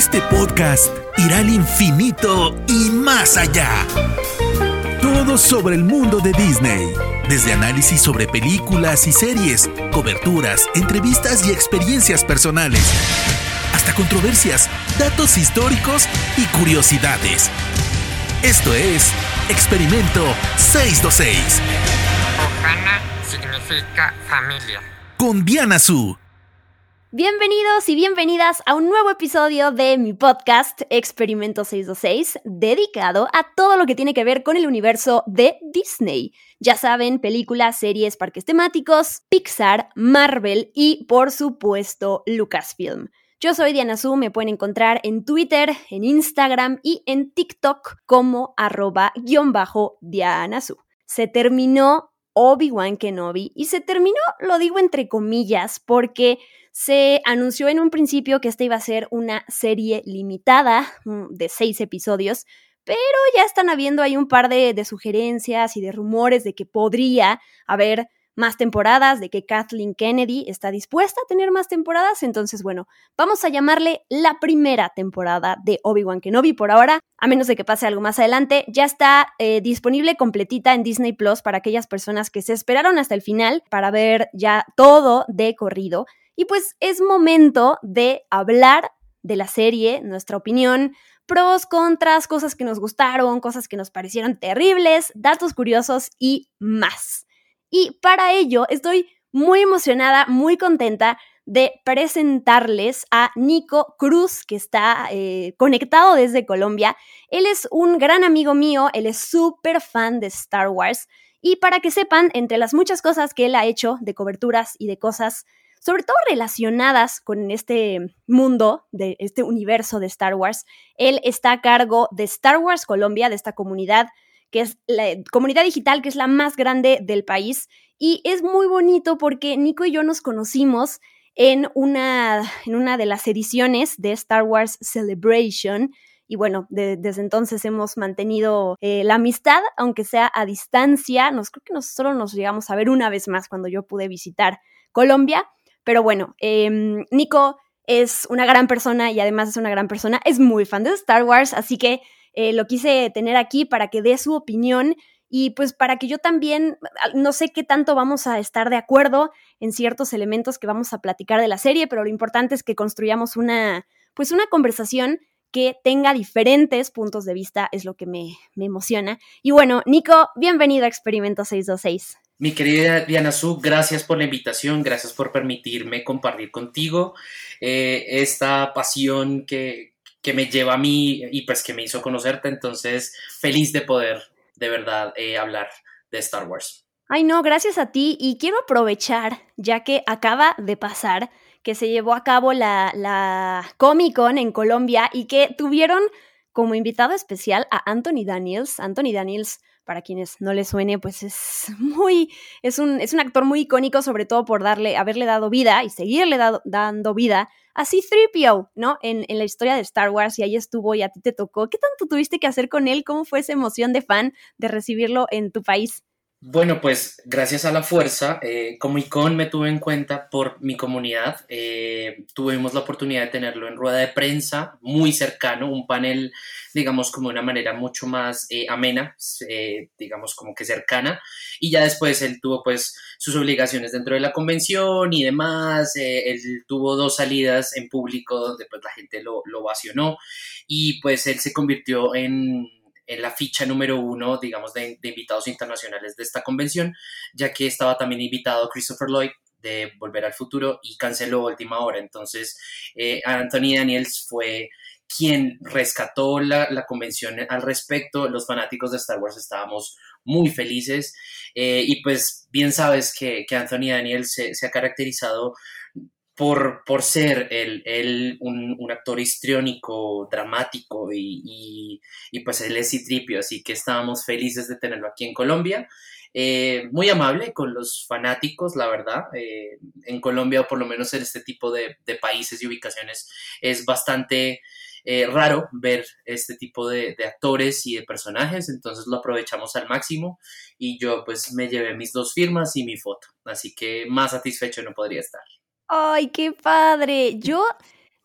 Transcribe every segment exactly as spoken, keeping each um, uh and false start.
Este podcast irá al infinito y más allá. Todo sobre el mundo de Disney. Desde análisis sobre películas y series, coberturas, entrevistas y experiencias personales, hasta controversias, datos históricos y curiosidades. Esto es Experimento seiscientos veintiséis. Ohana significa familia. Con Diana Su. Bienvenidos y bienvenidas a un nuevo episodio de mi podcast Experimento seiscientos veintiséis, dedicado a todo lo que tiene que ver con el universo de Disney. Ya saben, películas, series, parques temáticos, Pixar, Marvel y, por supuesto, Lucasfilm. Yo soy Diana Su, me pueden encontrar en Twitter, en Instagram y en TikTok como arroba guión bajo Diana Su. Se terminó Obi-Wan Kenobi y se terminó, lo digo entre comillas, porque se anunció en un principio que esta iba a ser una serie limitada de seis episodios, pero ya están habiendo ahí un par de, de sugerencias y de rumores de que podría haber más temporadas, de que Kathleen Kennedy está dispuesta a tener más temporadas. Entonces, bueno, vamos a llamarle la primera temporada de Obi-Wan Kenobi por ahora, a menos de que pase algo más adelante. Ya está eh, disponible completita en Disney Plus para aquellas personas que se esperaron hasta el final para ver ya todo de corrido. Y pues es momento de hablar de la serie, nuestra opinión, pros, contras, cosas que nos gustaron, cosas que nos parecieron terribles, datos curiosos y más. Y para ello estoy muy emocionada, muy contenta de presentarles a Nico Cruz, que está eh, conectado desde Colombia. Él es un gran amigo mío, él es súper fan de Star Wars. Y para que sepan, entre las muchas cosas que él ha hecho de coberturas y de cosas sobre todo relacionadas con este mundo, de este universo de Star Wars, él está a cargo de Star Wars Colombia, de esta comunidad, que es la comunidad digital que es la más grande del país. Y es muy bonito porque Nico y yo nos conocimos en una, en una de las ediciones de Star Wars Celebration. Y bueno, de, desde entonces hemos mantenido eh, la amistad, aunque sea a distancia. Nos, creo que nos, solo nos llegamos a ver una vez más cuando yo pude visitar Colombia. Pero bueno, eh, Nico es una gran persona y además es una gran persona, es muy fan de Star Wars, así que eh, lo quise tener aquí para que dé su opinión y pues para que yo también, no sé qué tanto vamos a estar de acuerdo en ciertos elementos que vamos a platicar de la serie, pero lo importante es que construyamos una, pues una conversación que tenga diferentes puntos de vista, es lo que me, me emociona. Y bueno, Nico, bienvenido a Experimento seiscientos veintiséis. Mi querida Diana Su, gracias por la invitación, gracias por permitirme compartir contigo eh, esta pasión que, que me lleva a mí y pues que me hizo conocerte. Entonces, feliz de poder de verdad eh, hablar de Star Wars. Ay no, gracias a ti, y quiero aprovechar, ya que acaba de pasar, que se llevó a cabo la, la Comic Con en Colombia y que tuvieron como invitado especial a Anthony Daniels. Anthony Daniels, para quienes no le suene, pues es muy, es un, es un actor muy icónico, sobre todo por darle, haberle dado vida y seguirle dado, dando vida a C tres P O, ¿no? En, en la historia de Star Wars, y ahí estuvo y a ti te tocó. ¿Qué tanto tuviste que hacer con él? ¿Cómo fue esa emoción de fan de recibirlo en tu país? Bueno, pues gracias a la fuerza, eh, Comic Con me tuve en cuenta por mi comunidad. Eh, tuvimos la oportunidad de tenerlo en rueda de prensa, muy cercano, un panel, digamos, como de una manera mucho más eh, amena, eh, digamos, como que cercana. Y ya después él tuvo, pues, sus obligaciones dentro de la convención y demás. Eh, él tuvo dos salidas en público donde, pues, la gente lo, lo ovacionó. Y, pues, él se convirtió en... en la ficha número uno, digamos, de, de invitados internacionales de esta convención, ya que estaba también invitado Christopher Lloyd de Volver al Futuro y canceló a última hora. Entonces, eh, Anthony Daniels fue quien rescató la, la convención al respecto. Los fanáticos de Star Wars estábamos muy felices eh, y pues bien sabes que, que Anthony Daniels se, se ha caracterizado Por, por ser él, él un, un actor histriónico, dramático y, y, y pues él es C tres P O, así que estábamos felices de tenerlo aquí en Colombia. Eh, muy amable con los fanáticos, la verdad. Eh, en Colombia, o por lo menos en este tipo de, de países y ubicaciones, es bastante eh, raro ver este tipo de, de actores y de personajes, entonces lo aprovechamos al máximo y yo pues me llevé mis dos firmas y mi foto, así que más satisfecho no podría estar. ¡Ay, qué padre! Yo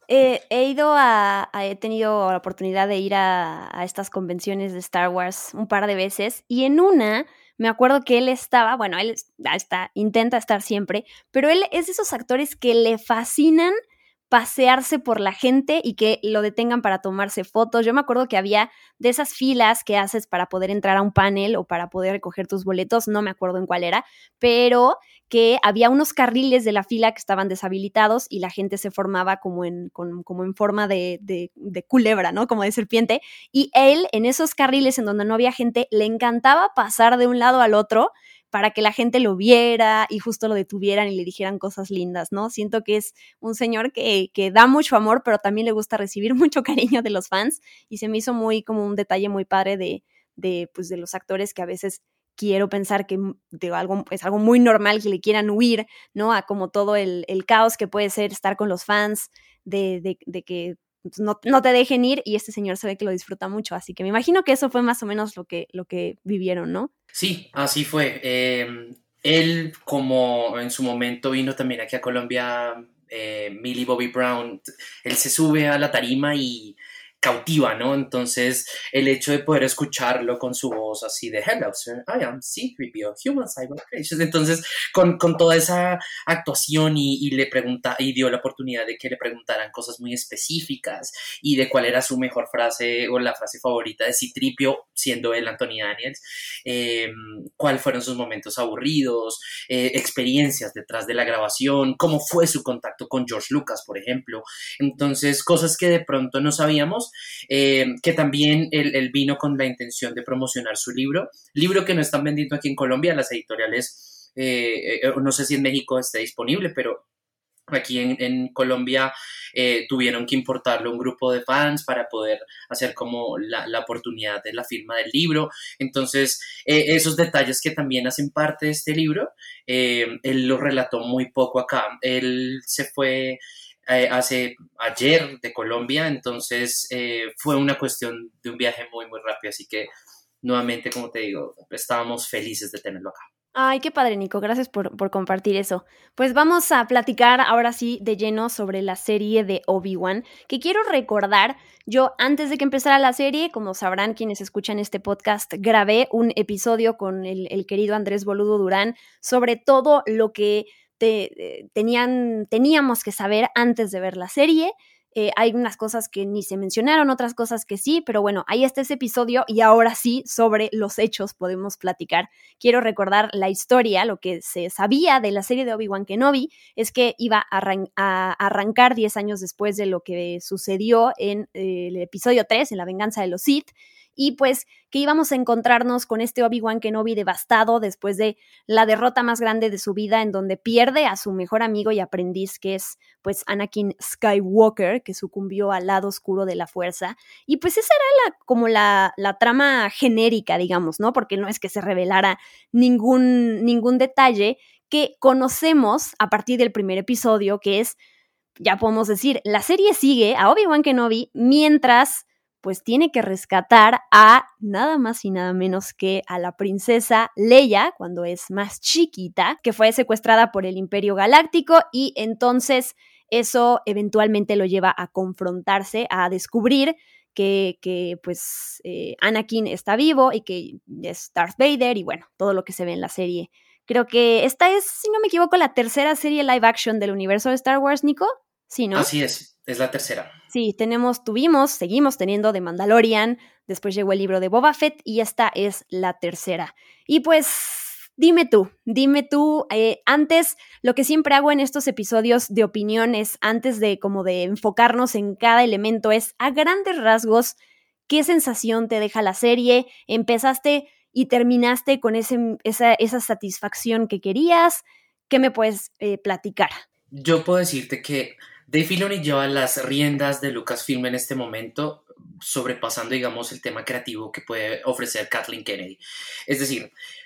Eh, he ido a, a- he tenido la oportunidad de ir a, a estas convenciones de Star Wars un par de veces y en una me acuerdo que él estaba, bueno, él es- ah, está, intenta estar siempre, pero él es de esos actores que le fascinan pasearse por la gente y que lo detengan para tomarse fotos. Yo me acuerdo que había de esas filas que haces para poder entrar a un panel o para poder recoger tus boletos, no me acuerdo en cuál era, pero que había unos carriles de la fila que estaban deshabilitados y la gente se formaba como en, con, como en forma de, de, de culebra, ¿no? Como de serpiente. Y él, en esos carriles en donde no había gente, le encantaba pasar de un lado al otro para que la gente lo viera y justo lo detuvieran y le dijeran cosas lindas, ¿no? Siento que es un señor que, que da mucho amor, pero también le gusta recibir mucho cariño de los fans y se me hizo muy como un detalle muy padre de, de, pues, de los actores que a veces quiero pensar que de algo, es algo muy normal que le quieran huir, ¿no? A como todo el, el caos que puede ser estar con los fans, de, de, de que no, no te dejen ir, y este señor se ve que lo disfruta mucho, así que me imagino que eso fue más o menos lo que, lo que vivieron, ¿no? Sí, así fue. Eh, él, como en su momento vino también aquí a Colombia, eh, Millie Bobby Brown, él se sube a la tarima y cautiva, ¿no? Entonces, el hecho de poder escucharlo con su voz así de Hello, sir, I am C tres P O, Human Cyber Creatures. Entonces, con, con toda esa actuación y, y le pregunta, y dio la oportunidad de que le preguntaran cosas muy específicas y de cuál era su mejor frase o la frase favorita de C tres P O, siendo él Anthony Daniels, eh, cuáles fueron sus momentos aburridos, eh, experiencias detrás de la grabación, cómo fue su contacto con George Lucas, por ejemplo. Entonces, cosas que de pronto no sabíamos, eh, que también él, él vino con la intención de promocionar su libro, libro que no están vendiendo aquí en Colombia, las editoriales, eh, eh, no sé si en México esté disponible, pero aquí en, en Colombia eh, tuvieron que importarlo un grupo de fans para poder hacer como la, la oportunidad de la firma del libro. Entonces, eh, esos detalles que también hacen parte de este libro, eh, él lo relató muy poco acá. Él se fue eh, hace ayer de Colombia, entonces eh, fue una cuestión de un viaje muy, muy rápido. Así que, nuevamente, como te digo, estábamos felices de tenerlo acá. Ay, qué padre, Nico. Gracias por, por compartir eso. Pues vamos a platicar ahora sí de lleno sobre la serie de Obi-Wan, que quiero recordar, yo antes de que empezara la serie, como sabrán quienes escuchan este podcast, grabé un episodio con el, el querido Andrés Boludo Durán sobre todo lo que te, eh, tenían, teníamos que saber antes de ver la serie. Eh, hay unas cosas que ni se mencionaron, otras cosas que sí, pero bueno, ahí está ese episodio y ahora sí, sobre los hechos podemos platicar. Quiero recordar la historia, lo que se sabía de la serie de Obi-Wan Kenobi es que iba a, arran- a arrancar diez años después de lo que sucedió en eh, el episodio tres, en La venganza de los Sith, y pues que íbamos a encontrarnos con este Obi-Wan Kenobi devastado después de la derrota más grande de su vida, en donde pierde a su mejor amigo y aprendiz, que es pues Anakin Skywalker, que sucumbió al lado oscuro de la fuerza. Y pues esa era la, como la, la trama genérica, digamos, ¿no? Porque no es que se revelara ningún, ningún detalle que conocemos a partir del primer episodio, que es, ya podemos decir, la serie sigue a Obi-Wan Kenobi mientras pues tiene que rescatar a nada más y nada menos que a la princesa Leia cuando es más chiquita, que fue secuestrada por el Imperio Galáctico, y entonces eso eventualmente lo lleva a confrontarse, a descubrir que, que pues eh, Anakin está vivo y que es Darth Vader y bueno, todo lo que se ve en la serie. Creo que esta es, si no me equivoco, la tercera serie live action del universo de Star Wars, Nico. Sí, ¿no? Así es, es la tercera. Sí, tenemos, tuvimos, seguimos teniendo The Mandalorian, después llegó el libro de Boba Fett y esta es la tercera. Y pues, dime tú, dime tú, eh, antes, lo que siempre hago en estos episodios de opinión es, antes de como de enfocarnos en cada elemento, es a grandes rasgos, ¿qué sensación te deja la serie? ¿Empezaste y terminaste con ese, esa, esa satisfacción que querías? ¿Qué me puedes eh, platicar? Yo puedo decirte que Dave Filoni lleva las riendas de Lucasfilm en este momento, sobrepasando, digamos, el tema creativo que puede ofrecer Kathleen Kennedy. Es decir,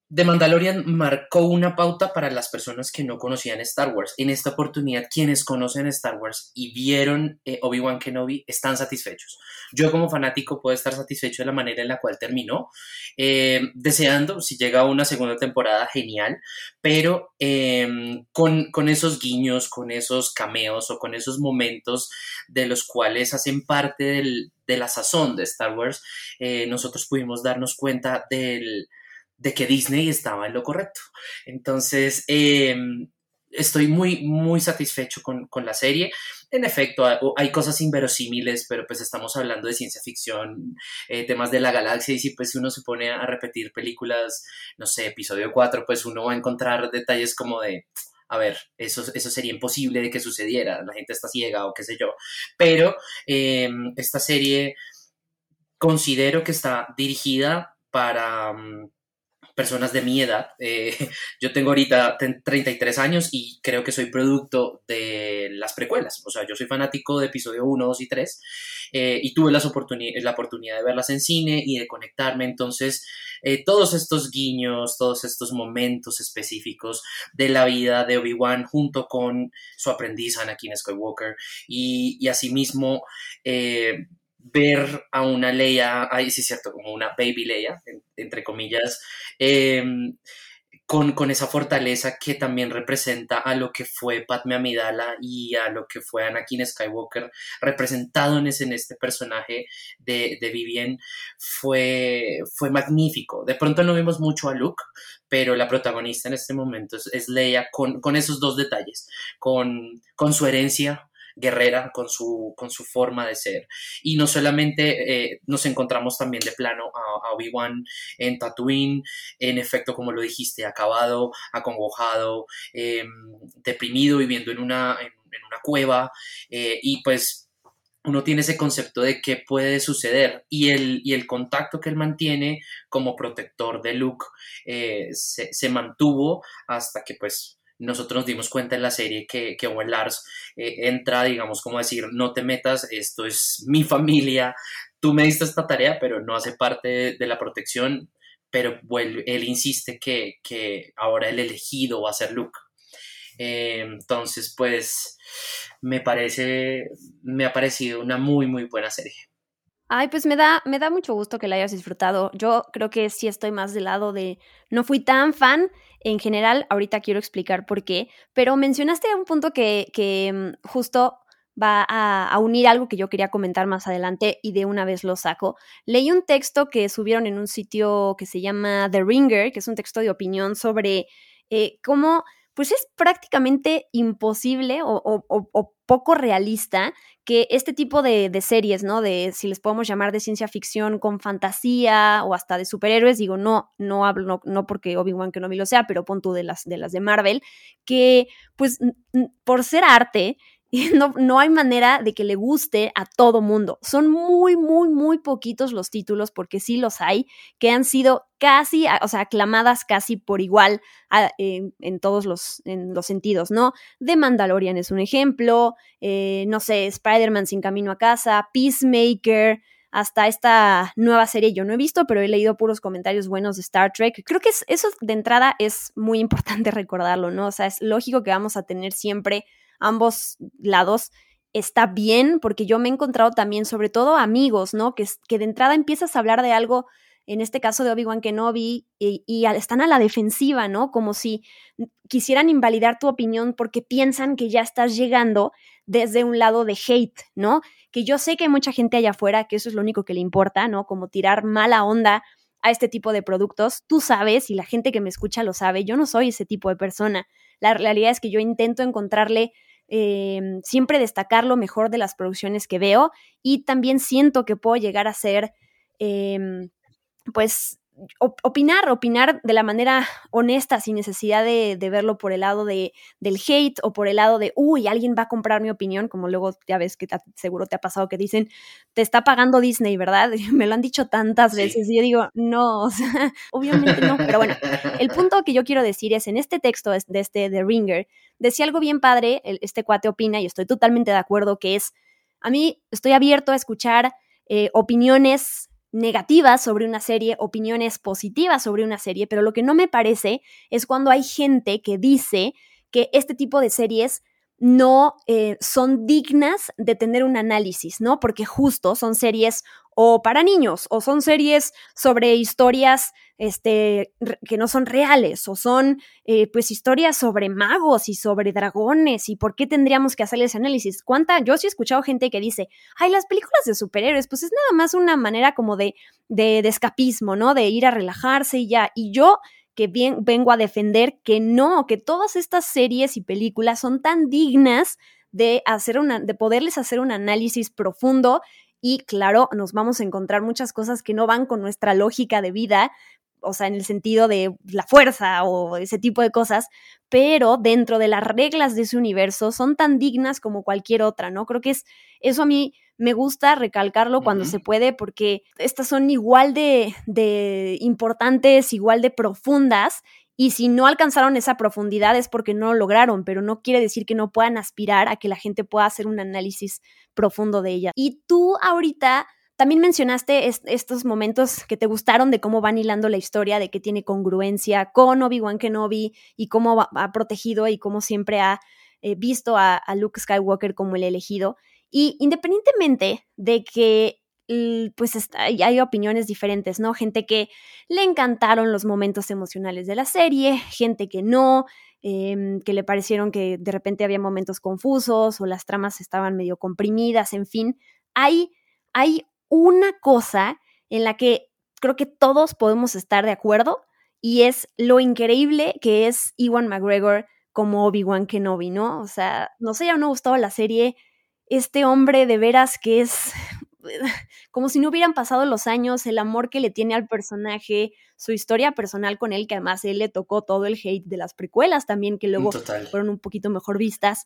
The Mandalorian marcó una pauta para las personas que no conocían Star Wars. En esta oportunidad, quienes conocen Star Wars y vieron eh, Obi-Wan Kenobi están satisfechos. Yo como fanático puedo estar satisfecho de la manera en la cual terminó, eh, deseando, si llega una segunda temporada, genial, pero eh, con, con esos guiños, con esos cameos o con esos momentos de los cuales hacen parte del, de la sazón de Star Wars, eh, nosotros pudimos darnos cuenta del de que Disney estaba en lo correcto. Entonces, eh, estoy muy, muy satisfecho con, con la serie. En efecto, hay, hay cosas inverosímiles, pero pues estamos hablando de ciencia ficción, eh, temas de la galaxia, y si pues uno se pone a repetir películas, no sé, episodio cuatro, pues uno va a encontrar detalles como de, a ver, eso, eso sería imposible de que sucediera, la gente está ciega o qué sé yo. Pero eh, esta serie considero que está dirigida para um, personas de mi edad. Eh, yo tengo ahorita treinta y tres años y creo que soy producto de las precuelas. O sea, yo soy fanático de episodio uno, dos y tres, eh, y tuve las oportuni- la oportunidad de verlas en cine y de conectarme. Entonces, eh, todos estos guiños, todos estos momentos específicos de la vida de Obi-Wan junto con su aprendiz Anakin Skywalker y, y asimismo eh, ver a una Leia, ahí sí es cierto, como una baby Leia, en, entre comillas, eh, con, con esa fortaleza que también representa a lo que fue Padmé Amidala y a lo que fue Anakin Skywalker, representado en, ese, en este personaje de, de Vivien, fue, fue magnífico. De pronto no vimos mucho a Luke, pero la protagonista en este momento es, es Leia, con, con esos dos detalles, con, con su herencia guerrera, con su, con su forma de ser. Y no solamente eh, nos encontramos también de plano a, a Obi-Wan en Tatooine, en efecto, como lo dijiste, acabado, acongojado, eh, deprimido, viviendo en una, en, en una cueva, eh, y pues uno tiene ese concepto de qué puede suceder, y el, y el contacto que él mantiene como protector de Luke eh, se, se mantuvo hasta que pues nosotros nos dimos cuenta en la serie que, que Owen Lars eh, entra, digamos, como decir, no te metas, esto es mi familia, tú me diste esta tarea, pero no hace parte de, de la protección, pero vuelve, él insiste que, que ahora el elegido va a ser Luke. Eh, entonces, pues, me parece, me ha parecido una muy, muy buena serie. Ay, pues me da, me da mucho gusto que la hayas disfrutado. Yo creo que sí estoy más del lado de no fui tan fan en general. Ahorita quiero explicar por qué, pero mencionaste un punto que, que justo va a, a unir algo que yo quería comentar más adelante y de una vez lo saco. Leí un texto que subieron en un sitio que se llama The Ringer, que es un texto de opinión sobre eh, cómo pues es prácticamente imposible o, o, o poco realista que este tipo de, de series, ¿no? De, si les podemos llamar de ciencia ficción con fantasía o hasta de superhéroes, digo, no, no hablo, no, no porque Obi-Wan Kenobi lo sea, pero pon tú de las, de las de Marvel, que pues n- por ser arte, no, no hay manera de que le guste a todo mundo. Son muy, muy, muy poquitos los títulos, porque sí los hay, que han sido casi, o sea, aclamadas casi por igual a, en, en todos los, en los sentidos, ¿no? The Mandalorian es un ejemplo, eh, no sé, Spider-Man Sin Camino a Casa, Peacemaker, hasta esta nueva serie yo no he visto, pero he leído puros comentarios buenos de Star Trek. Creo que es, eso de entrada es muy importante recordarlo, ¿no? O sea, es lógico que vamos a tener siempre ambos lados. Está bien, porque yo me he encontrado también, sobre todo amigos, ¿no? Que, que de entrada empiezas a hablar de algo, en este caso de Obi-Wan Kenobi, y, y están a la defensiva, ¿no? Como si quisieran invalidar tu opinión porque piensan que ya estás llegando desde un lado de hate, ¿no? Que yo sé que hay mucha gente allá afuera que eso es lo único que le importa, ¿no? Como tirar mala onda a este tipo de productos. Tú sabes, y la gente que me escucha lo sabe, yo no soy ese tipo de persona. La realidad es que yo intento encontrarle Eh, siempre destacar lo mejor de las producciones que veo, y también siento que puedo llegar a ser eh, pues op- opinar, opinar de la manera honesta, sin necesidad de, de verlo por el lado de, del hate o por el lado de, uy, alguien va a comprar mi opinión, como luego ya ves que te, seguro te ha pasado que dicen, te está pagando Disney, ¿verdad? Me lo han dicho tantas Sí. veces y yo digo, no, o sea, obviamente no, pero bueno, el punto que yo quiero decir es, en este texto de este The Ringer, decía algo bien padre, el, este cuate opina, y estoy totalmente de acuerdo, que es, a mí estoy abierto a escuchar eh, opiniones negativas sobre una serie, opiniones positivas sobre una serie, pero lo que no me parece es cuando hay gente que dice que este tipo de series no eh, son dignas de tener un análisis, ¿no? Porque justo son series o para niños, o son series sobre historias este, que no son reales, o son eh, pues historias sobre magos y sobre dragones, y por qué tendríamos que hacerle ese análisis. ¿Cuánta? Yo sí he escuchado gente que dice, ay, las películas de superhéroes, pues es nada más una manera como de, de, de escapismo, ¿no? De ir a relajarse y ya. Y yo que bien vengo a defender que no, que todas estas series y películas son tan dignas de, hacer una, de poderles hacer un análisis profundo y claro, nos vamos a encontrar muchas cosas que no van con nuestra lógica de vida, o sea, en el sentido de la fuerza o ese tipo de cosas, pero dentro de las reglas de ese universo son tan dignas como cualquier otra, ¿no? Creo que es eso a mí me gusta recalcarlo cuando uh-huh. se puede porque estas son igual de, de importantes, igual de profundas y si no alcanzaron esa profundidad es porque no lo lograron, pero no quiere decir que no puedan aspirar a que la gente pueda hacer un análisis profundo de ella. Y tú ahorita también mencionaste est- estos momentos que te gustaron de cómo van hilando la historia, de que tiene congruencia con Obi-Wan Kenobi y cómo va, ha protegido y cómo siempre ha eh, visto a, a Luke Skywalker como el elegido. Y independientemente de que pues está, hay opiniones diferentes, ¿no? Gente que le encantaron los momentos emocionales de la serie, gente que no, eh, que le parecieron que de repente había momentos confusos o las tramas estaban medio comprimidas, en fin. Hay, hay una cosa en la que creo que todos podemos estar de acuerdo y es lo increíble que es Ewan McGregor como Obi-Wan Kenobi, ¿no? O sea, no sé, ya no ha gustado la serie. Este hombre de veras que es como si no hubieran pasado los años, el amor que le tiene al personaje, su historia personal con él, que además a él le tocó todo el hate de las precuelas también, que luego Total. fueron un poquito mejor vistas.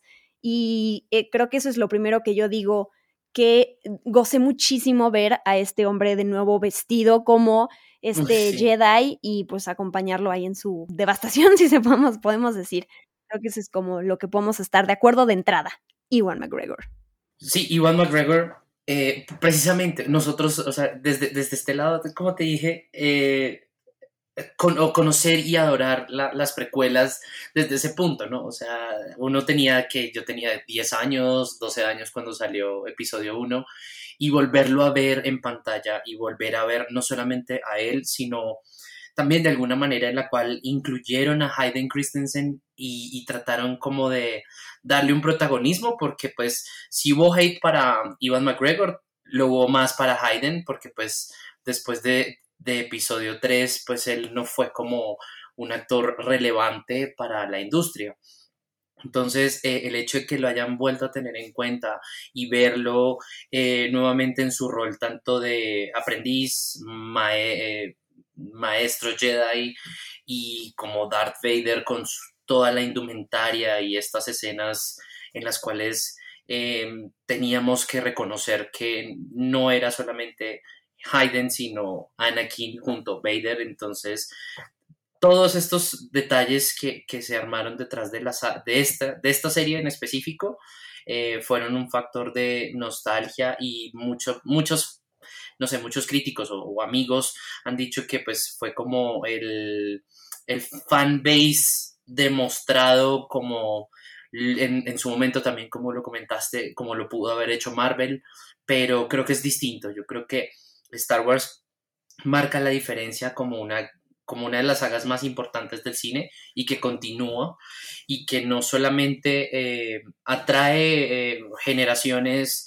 Y eh, creo que eso es lo primero que yo digo, que gocé muchísimo ver a este hombre de nuevo vestido como este sí. Jedi y pues acompañarlo ahí en su devastación, si se podemos, podemos decir. Creo que eso es como lo que podemos estar de acuerdo de entrada. Ewan McGregor. Sí, Ewan McGregor, eh, precisamente nosotros, o sea, desde, desde este lado, como te dije, eh, con, o conocer y adorar la, las precuelas desde ese punto, ¿no? O sea, uno tenía que, yo tenía diez años, doce años cuando salió episodio uno, y volverlo a ver en pantalla y volver a ver no solamente a él, sino también de alguna manera en la cual incluyeron a Hayden Christensen y, y trataron como de darle un protagonismo, porque pues si hubo hate para Ewan McGregor, lo hubo más para Hayden, porque pues después de, de episodio tres, pues él no fue como un actor relevante para la industria. Entonces, eh, el hecho de que lo hayan vuelto a tener en cuenta y verlo eh, nuevamente en su rol tanto de aprendiz, mae, eh, maestro Jedi y como Darth Vader con su, toda la indumentaria y estas escenas en las cuales eh, teníamos que reconocer que no era solamente Hayden sino Anakin junto a Vader. Entonces todos estos detalles que, que se armaron detrás de, la, de, esta, de esta serie en específico eh, fueron un factor de nostalgia y mucho, muchos no sé, muchos críticos o, o amigos han dicho que pues fue como el, el fanbase demostrado como en, en su momento también, como lo comentaste, como lo pudo haber hecho Marvel, pero creo que es distinto. Yo creo que Star Wars marca la diferencia como una, como una de las sagas más importantes del cine y que continúa y que no solamente eh, atrae eh, generaciones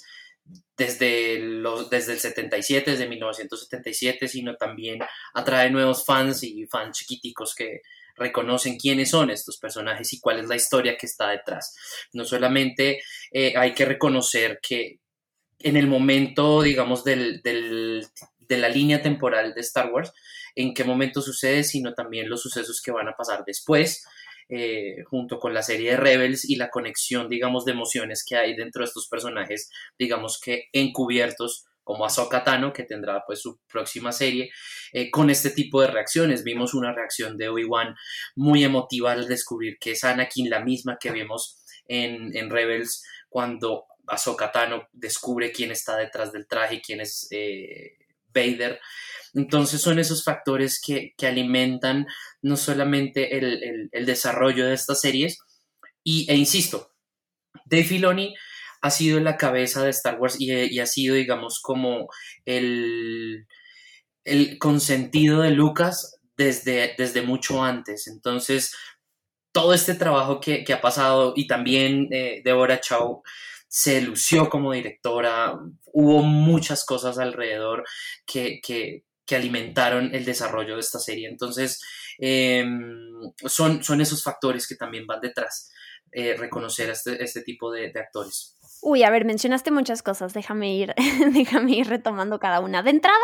Desde, los, desde el setenta y siete, desde mil novecientos setenta y siete, sino también atrae nuevos fans y fans chiquiticos que reconocen quiénes son estos personajes y cuál es la historia que está detrás. No solamente eh, hay que reconocer que en el momento, digamos, del, del, de la línea temporal de Star Wars, en qué momento sucede, sino también los sucesos que van a pasar después, Eh, junto con la serie de Rebels y la conexión, digamos, de emociones que hay dentro de estos personajes, digamos que encubiertos, como Ahsoka Tano, que tendrá pues su próxima serie, eh, con este tipo de reacciones. Vimos una reacción de Obi-Wan muy emotiva al descubrir que es Anakin, la misma que vimos en, en Rebels, cuando Ahsoka Tano descubre quién está detrás del traje, quién es eh, Vader. Entonces son esos factores que, que alimentan no solamente el, el, el desarrollo de estas series. Y, e insisto, Dave Filoni ha sido la cabeza de Star Wars y, y ha sido, digamos, como el, el consentido de Lucas desde, desde mucho antes. Entonces, todo este trabajo que, que ha pasado, y también eh, Deborah Chow se lució como directora, hubo muchas cosas alrededor que, que, que alimentaron el desarrollo de esta serie. Entonces, eh, son, son esos factores que también van detrás, eh, reconocer a este, este tipo de, de actores. Uy, a ver, mencionaste muchas cosas, déjame ir, déjame ir retomando cada una. De entrada,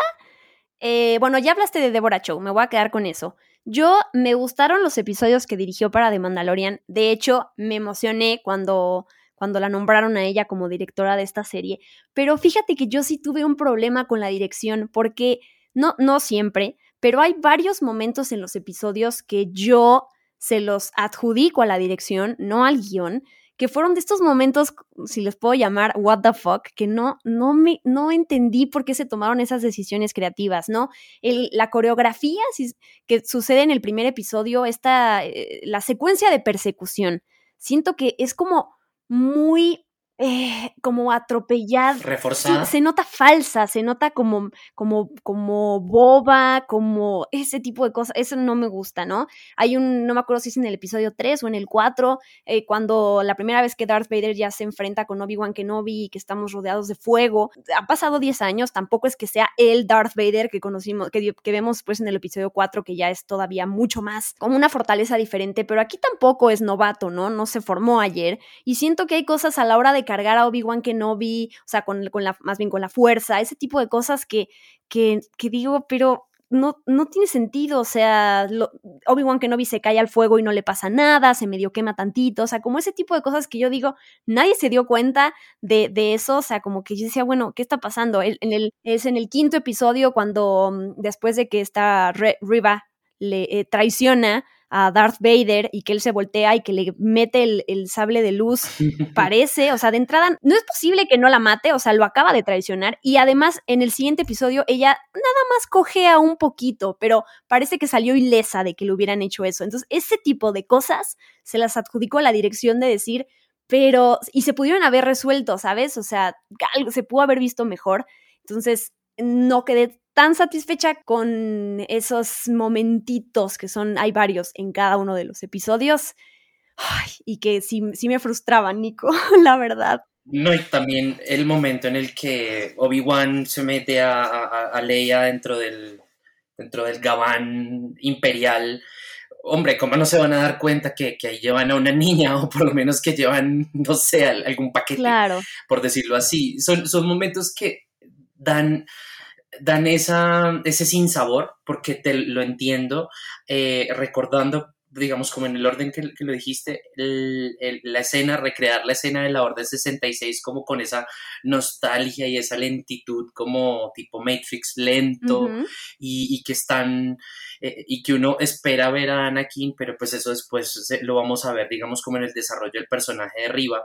eh, bueno, ya hablaste de Deborah Chow, me voy a quedar con eso. Yo, me gustaron los episodios que dirigió para The Mandalorian. De hecho, me emocioné cuando, cuando la nombraron a ella como directora de esta serie. Pero fíjate que yo sí tuve un problema con la dirección, porque no, no siempre, pero hay varios momentos en los episodios que yo se los adjudico a la dirección, no al guión, que fueron de estos momentos, si les puedo llamar, what the fuck, que no, no, me, no entendí por qué se tomaron esas decisiones creativas, ¿no? El, la coreografía si, que sucede en el primer episodio, esta, eh, la secuencia de persecución, siento que es como muy... Eh, como atropellada, reforzada. Sí, se nota falsa, se nota como, como, como boba, como ese tipo de cosas. Eso no me gusta, ¿no? Hay un, no me acuerdo si es en el episodio tres o en el cuatro, eh, cuando la primera vez que Darth Vader ya se enfrenta con Obi-Wan Kenobi y que estamos rodeados de fuego. Han pasado diez años, tampoco es que sea el Darth Vader que conocimos, que, que vemos pues en el episodio cuatro, que ya es todavía mucho más, como una fortaleza diferente, pero aquí tampoco es novato, ¿no? No se formó ayer, y siento que hay cosas a la hora de cargar a Obi-Wan Kenobi, o sea, con, con la, más bien con la fuerza, ese tipo de cosas que, que, que digo, pero no, no tiene sentido, o sea, lo, Obi-Wan Kenobi se cae al fuego y no le pasa nada, se medio quema tantito, o sea, como ese tipo de cosas que yo digo, nadie se dio cuenta de, de eso, o sea, como que yo decía, bueno, ¿qué está pasando? El, en el, es en el quinto episodio cuando, después de que esta Re- Riva le eh, traiciona a Darth Vader y que él se voltea y que le mete el, el sable de luz, parece, o sea, de entrada, no es posible que no la mate, o sea, lo acaba de traicionar, y además, en el siguiente episodio, ella nada más cojea un poquito, pero parece que salió ilesa de que le hubieran hecho eso. Entonces, ese tipo de cosas se las adjudicó a la dirección de decir, pero, y se pudieron haber resuelto, ¿sabes? O sea, algo se pudo haber visto mejor. Entonces, no quedé tan satisfecha con esos momentitos que son, hay varios en cada uno de los episodios. Ay, y que sí, sí me frustraban, Nico, la verdad. No, y también el momento en el que Obi-Wan se mete a, a, a Leia dentro del, dentro del gabán imperial. Hombre, ¿cómo no se van a dar cuenta que, que ahí llevan a una niña, o por lo menos que llevan, no sé, algún paquete, claro, por decirlo así? Son, son momentos que dan... dan esa, ese sinsabor, porque te lo entiendo, eh, recordando, digamos, como en el orden que, que lo dijiste, el, el, la escena, recrear la escena de la Orden sesenta y seis como con esa nostalgia y esa lentitud como tipo Matrix lento, uh-huh. y, y que están, eh, y que uno espera ver a Anakin, pero pues eso después se, lo vamos a ver, digamos, como en el desarrollo del personaje de Riva.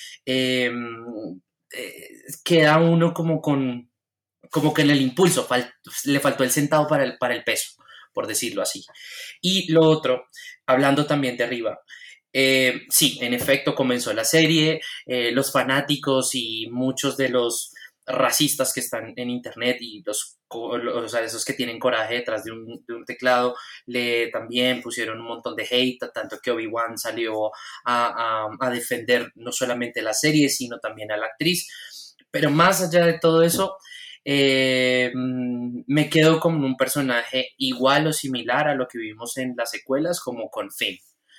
Eh, eh, queda uno como con como que en el impulso fal- le faltó el centavo para el, para el peso, por decirlo así. Y lo otro, hablando también de Riva, eh, sí, en efecto comenzó la serie, eh, los fanáticos y muchos de los racistas que están en internet y los, o sea, esos que tienen coraje detrás de un, de un teclado, le también pusieron un montón de hate, tanto que Obi-Wan salió a, a, a defender no solamente la serie, sino también a la actriz. Pero más allá de todo eso, Eh, me quedo con un personaje igual o similar a lo que vimos en las secuelas, como con Finn.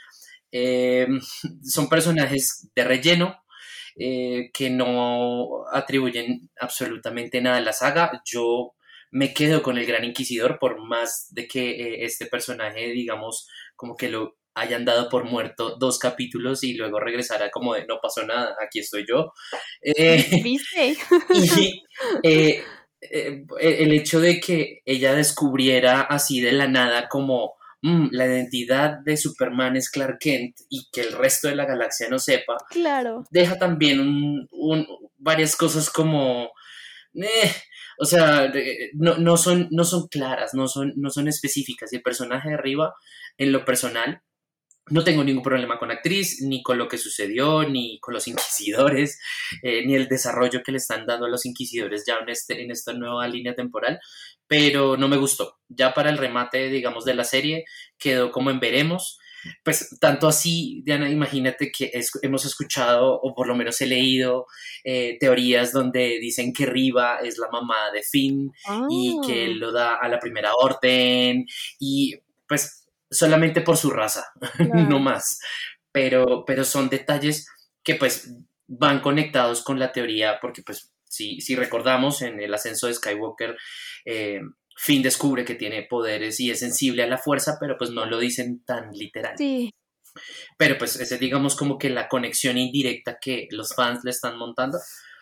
Eh, son personajes de relleno, eh, que no atribuyen absolutamente nada a la saga. Yo me quedo con el Gran Inquisidor, por más de que eh, este personaje, digamos, como que lo hayan dado por muerto dos capítulos y luego regresará como de no pasó nada, aquí estoy yo. Eh, ¿Viste? Y eh, eh, el hecho de que ella descubriera así de la nada como mm, la identidad de Superman es Clark Kent y que el resto de la galaxia no sepa, claro, deja también un, un, varias cosas como... Eh, O sea, eh, no, no, son, no son claras, no son, no son específicas. Y el personaje de Riva, en lo personal, no tengo ningún problema con la actriz, ni con lo que sucedió, ni con los inquisidores, eh, ni el desarrollo que le están dando a los inquisidores ya en, este, en esta nueva línea temporal, pero no me gustó. Ya para el remate, digamos, de la serie, quedó como en veremos. Pues tanto así, Diana, imagínate que es, hemos escuchado, o por lo menos he leído, eh, teorías donde dicen que Riva es la mamá de Finn Oh. y que él lo da a la primera orden, y pues solamente por su raza, Claro. no más. Pero, pero son detalles que pues van conectados con la teoría, porque pues si, si recordamos en el ascenso de Skywalker, eh, Finn descubre que tiene poderes y es sensible a la fuerza, pero pues no lo dicen tan literal. Sí. Pero pues ese digamos como que la conexión indirecta que los fans le están montando,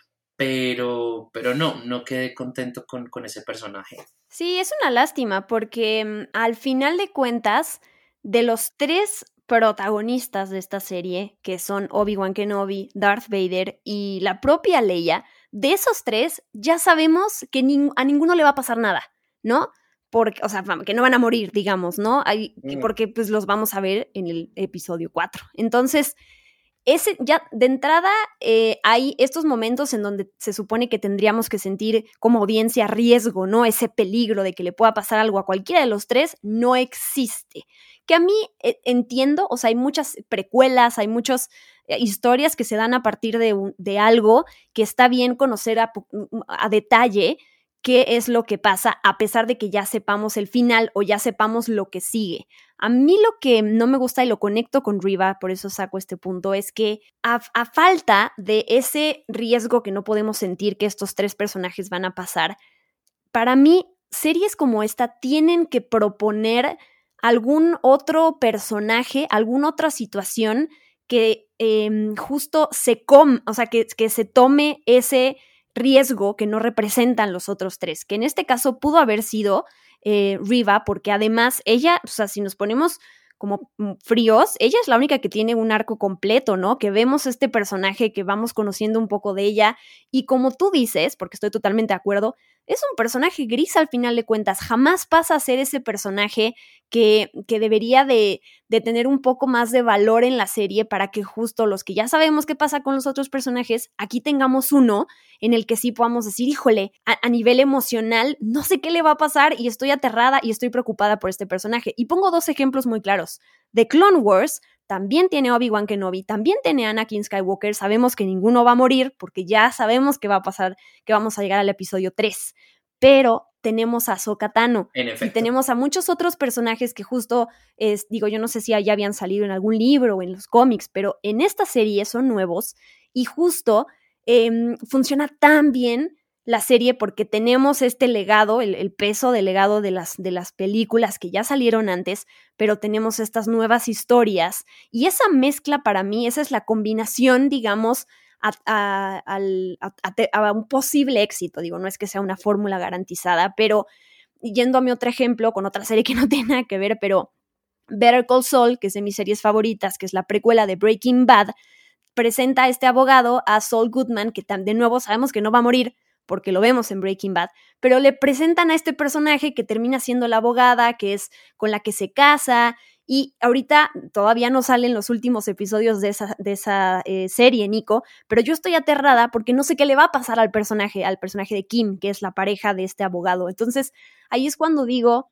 pero, pero no, no quedé contento con, con ese personaje. Sí, es una lástima porque mm, al final de cuentas, de los tres protagonistas de esta serie, que son Obi-Wan Kenobi, Darth Vader y la propia Leia, de esos tres ya sabemos que nin- a ninguno le va a pasar nada, ¿no? Porque, o sea, vam- que no van a morir, digamos, ¿no? Hay- Mm. Porque pues los vamos a ver en el episodio cuatro. Entonces, ese, ya de entrada eh, hay estos momentos en donde se supone que tendríamos que sentir como audiencia riesgo, ¿no? Ese peligro de que le pueda pasar algo a cualquiera de los tres no existe. Que a mí eh, entiendo, o sea, hay muchas precuelas, hay muchas eh, historias que se dan a partir de, un- de algo que está bien conocer a, pu- a detalle qué es lo que pasa, a pesar de que ya sepamos el final o ya sepamos lo que sigue. A mí lo que no me gusta y lo conecto con Riva, por eso saco este punto, es que a, a falta de ese riesgo que no podemos sentir que estos tres personajes van a pasar, para mí, series como esta tienen que proponer algún otro personaje, alguna otra situación que eh, justo se com, o sea, que, que se tome ese riesgo que no representan los otros tres, que en este caso pudo haber sido eh, Riva, porque además ella, o sea, si nos ponemos como fríos, ella es la única que tiene un arco completo, ¿no? Que vemos este personaje, que vamos conociendo un poco de ella, y como tú dices, porque estoy totalmente de acuerdo, es un personaje gris al final de cuentas, jamás pasa a ser ese personaje que, que debería de, de tener un poco más de valor en la serie para que justo los que ya sabemos qué pasa con los otros personajes, aquí tengamos uno en el que sí podamos decir, híjole, a, a nivel emocional, no sé qué le va a pasar y estoy aterrada y estoy preocupada por este personaje. Y pongo dos ejemplos muy claros. The Clone Wars también tiene Obi-Wan Kenobi, también tiene Anakin Skywalker, sabemos que ninguno va a morir porque ya sabemos qué va a pasar, que vamos a llegar al episodio tres, pero tenemos a Ahsoka Tano En y efecto. tenemos a muchos otros personajes que justo, es, digo, yo no sé si ya habían salido en algún libro o en los cómics, pero en esta serie son nuevos y justo eh, funciona tan bien la serie porque tenemos este legado, el, el peso del legado de las, de las películas que ya salieron antes, pero tenemos estas nuevas historias y esa mezcla para mí, esa es la combinación, digamos, a, a, al- a- a- a un posible éxito. Digo, no es que sea una fórmula garantizada, pero yendo a mi otro ejemplo, con otra serie que no tiene nada que ver, pero Better Call Saul, que es de mis series favoritas, que es la precuela de Breaking Bad, presenta a este abogado, a Saul Goodman, que de nuevo sabemos que no va a morir, porque lo vemos en Breaking Bad, pero le presentan a este personaje que termina siendo la abogada, que es con la que se casa, y ahorita todavía no salen los últimos episodios de esa, de esa eh, serie, Nico, pero yo estoy aterrada porque no sé qué le va a pasar al personaje, al personaje de Kim, que es la pareja de este abogado. Entonces, ahí es cuando digo,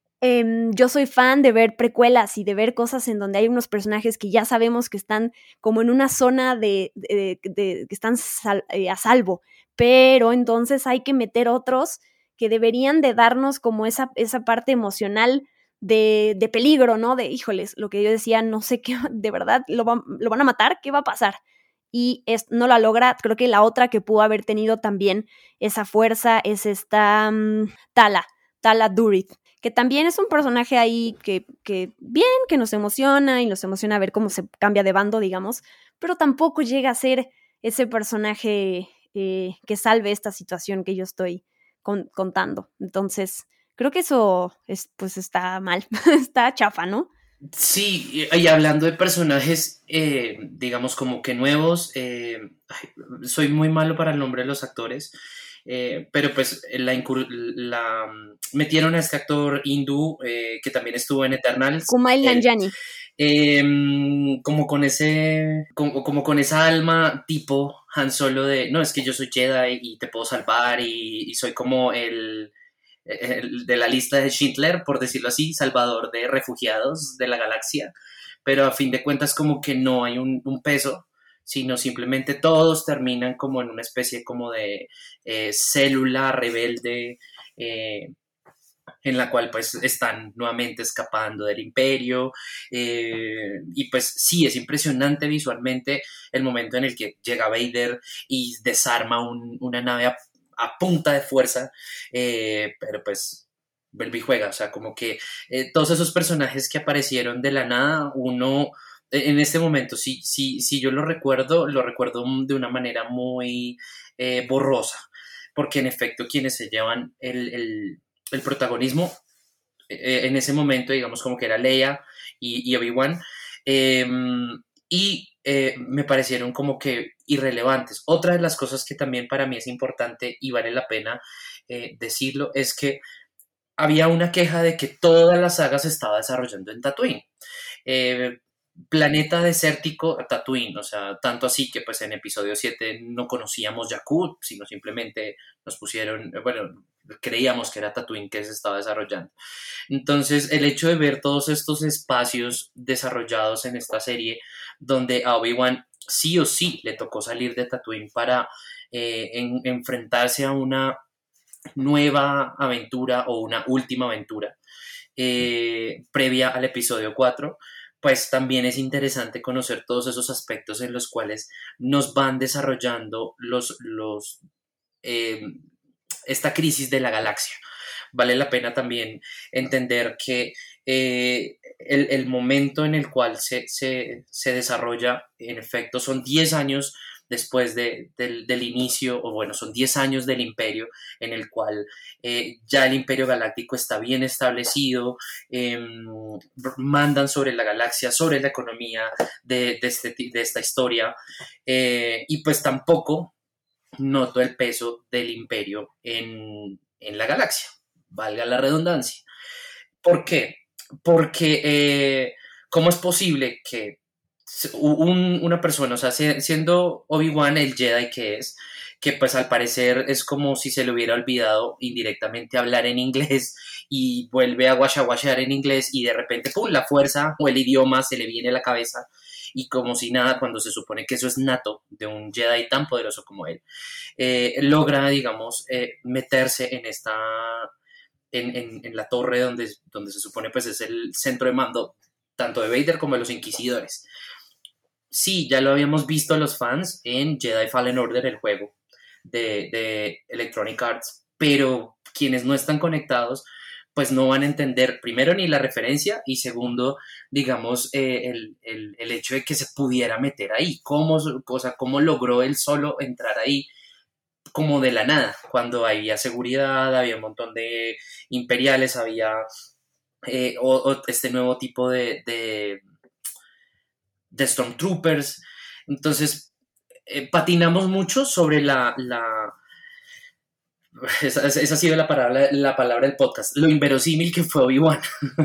eh, yo soy fan de ver precuelas y de ver cosas en donde hay unos personajes que ya sabemos que están como en una zona de, de, de, de que están sal, eh, a salvo, pero entonces hay que meter otros que deberían de darnos como esa, esa parte emocional de, de peligro, ¿no? De, híjoles, lo que yo decía, no sé qué, de verdad, lo, va, lo van a matar, ¿qué va a pasar? Y es, no la logra. Creo que la otra que pudo haber tenido también esa fuerza es esta um, Tala, Tala Durith, que también es un personaje ahí que, que bien, que nos emociona y nos emociona ver cómo se cambia de bando, digamos, pero tampoco llega a ser ese personaje eh, que salve esta situación que yo estoy con, contando. Entonces, creo que eso es, pues está mal, está chafa, ¿no? Sí, y hablando de personajes, eh, digamos como que nuevos, eh, ay, soy muy malo para el nombre de los actores. Eh, pero pues la, incur- la metieron a este actor hindú eh, que también estuvo en Eternals. Kumail él, Nanjiani. eh, como con ese, como, como con esa alma tipo Han Solo de, no, es que yo soy Jedi y te puedo salvar y, y soy como el, el de la lista de Schindler, por decirlo así, salvador de refugiados de la galaxia, pero a fin de cuentas como que no hay un, un peso, sino simplemente todos terminan como en una especie como de eh, célula rebelde eh, en la cual pues están nuevamente escapando del imperio eh, y pues sí, es impresionante visualmente el momento en el que llega Vader y desarma un, una nave a, a punta de fuerza, eh, pero pues vuelve y juega, o sea, como que eh, todos esos personajes que aparecieron de la nada, uno en este momento, sí, sí, sí yo lo recuerdo, lo recuerdo de una manera muy eh, borrosa, porque en efecto quienes se llevan el, el, el protagonismo eh, en ese momento, digamos como que era Leia y, y Obi-Wan, eh, y eh, me parecieron como que irrelevantes. Otra de las cosas que también para mí es importante y vale la pena eh, decirlo es que había una queja de que toda la saga se estaba desarrollando en Tatooine. Eh, planeta desértico Tatooine, o sea, tanto así que pues en episodio siete no conocíamos Jakku, sino simplemente nos pusieron, bueno, creíamos que era Tatooine que se estaba desarrollando. Entonces, el hecho de ver todos estos espacios desarrollados en esta serie, donde a Obi-Wan sí o sí le tocó salir de Tatooine para eh, en, enfrentarse a una nueva aventura o una última aventura eh, previa al episodio cuatro, pues también es interesante conocer todos esos aspectos en los cuales nos van desarrollando los, los, eh, esta crisis de la galaxia. Vale la pena también entender que eh, el, el, momento en el cual se, se, se desarrolla, en efecto, son diez años después de, del, del inicio, o bueno, son diez años del imperio, en el cual eh, ya el imperio galáctico está bien establecido, eh, mandan sobre la galaxia, sobre la economía de, de, este, de esta historia, eh, y pues tampoco noto el peso del imperio en, en la galaxia, valga la redundancia. ¿Por qué? Porque eh, ¿cómo es posible que un, una persona, o sea, siendo Obi-Wan el Jedi que es, que pues al parecer es como si se le hubiera olvidado indirectamente hablar en inglés y vuelve a guachaguachear en inglés y de repente, ¡pum!, la fuerza o el idioma se le viene a la cabeza y como si nada, cuando se supone que eso es nato de un Jedi tan poderoso como él, eh, logra, digamos, eh, meterse en esta, en, en, en la torre donde, donde se supone pues es el centro de mando tanto de Vader como de los Inquisidores. Sí, ya lo habíamos visto los fans en Jedi Fallen Order, el juego de, de Electronic Arts, pero quienes no están conectados pues no van a entender primero ni la referencia y segundo, digamos, eh, el, el, el hecho de que se pudiera meter ahí, cómo, o sea, cómo logró él solo entrar ahí como de la nada, cuando había seguridad, había un montón de imperiales, había eh, o, o este nuevo tipo de, de, de Stormtroopers, entonces eh, patinamos mucho sobre la... la esa, esa ha sido la palabra, la palabra del podcast, lo inverosímil que fue Obi-Wan.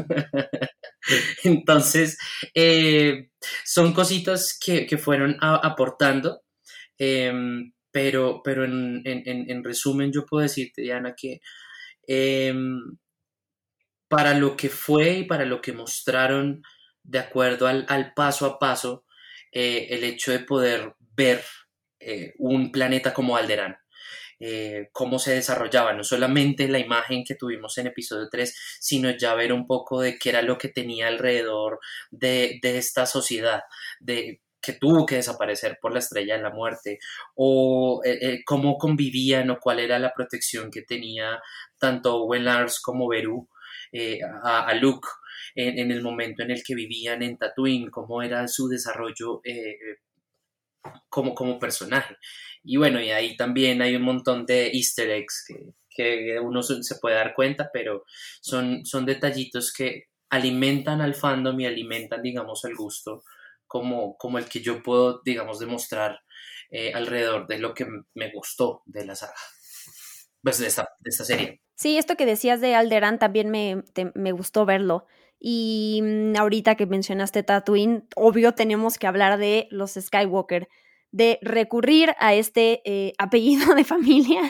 Entonces, eh, son cositas que, que fueron a, aportando, eh, pero, pero en, en, en, resumen yo puedo decirte, Diana, que eh, para lo que fue y para lo que mostraron de acuerdo al, al paso a paso, eh, el hecho de poder ver eh, un planeta como Alderaan, Eh, cómo se desarrollaba, no solamente la imagen que tuvimos en episodio tres, sino ya ver un poco de qué era lo que tenía alrededor de, de esta sociedad, de que tuvo que desaparecer por la Estrella de la Muerte, o eh, eh, cómo convivían o cuál era la protección que tenía tanto Owen Lars como Beru eh, a, a Luke en, en el momento en el que vivían en Tatooine, cómo era su desarrollo eh, como, como personaje. Y bueno, y ahí también hay un montón de easter eggs que, que uno se puede dar cuenta, pero son, son detallitos que alimentan al fandom y alimentan, digamos, el gusto como, como el que yo puedo, digamos, demostrar eh, alrededor de lo que me gustó de la saga. pues, de esta, de esta serie. Sí, esto que decías de Alderaan también me, te, me gustó verlo. Y mmm, ahorita que mencionaste Tatooine, obvio tenemos que hablar de los Skywalker, de recurrir a este eh, apellido de familia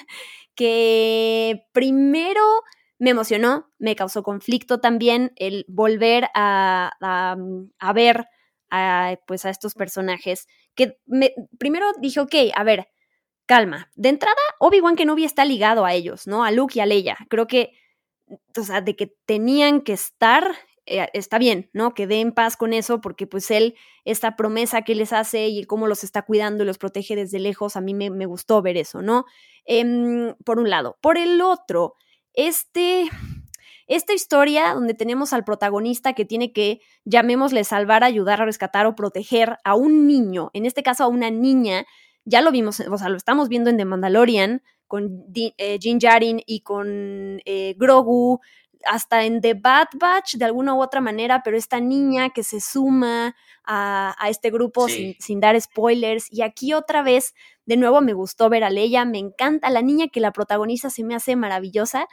que primero me emocionó, me causó conflicto también el volver a, a, a ver a, pues a estos personajes, que me, primero dije, ok, a ver, calma. De entrada, Obi-Wan Kenobi está ligado a ellos, ¿no? A Luke y a Leia. Creo que, o sea, de que tenían que estar, eh, está bien, ¿no? Que dé en paz con eso, porque pues él, esta promesa que les hace y cómo los está cuidando y los protege desde lejos, a mí me, me gustó ver eso, ¿no? Eh, por un lado. Por el otro, este... Esta historia donde tenemos al protagonista que tiene que, llamémosle, salvar, ayudar, a rescatar o proteger a un niño, en este caso a una niña. Ya lo vimos, o sea, lo estamos viendo en The Mandalorian con Din, eh, Din Djarin y con eh, Grogu, hasta en The Bad Batch de alguna u otra manera, pero esta niña que se suma a, a este grupo Sí. sin, sin dar spoilers, y aquí otra vez, de nuevo me gustó ver a Leia, me encanta, la niña que la protagoniza se me hace maravillosa,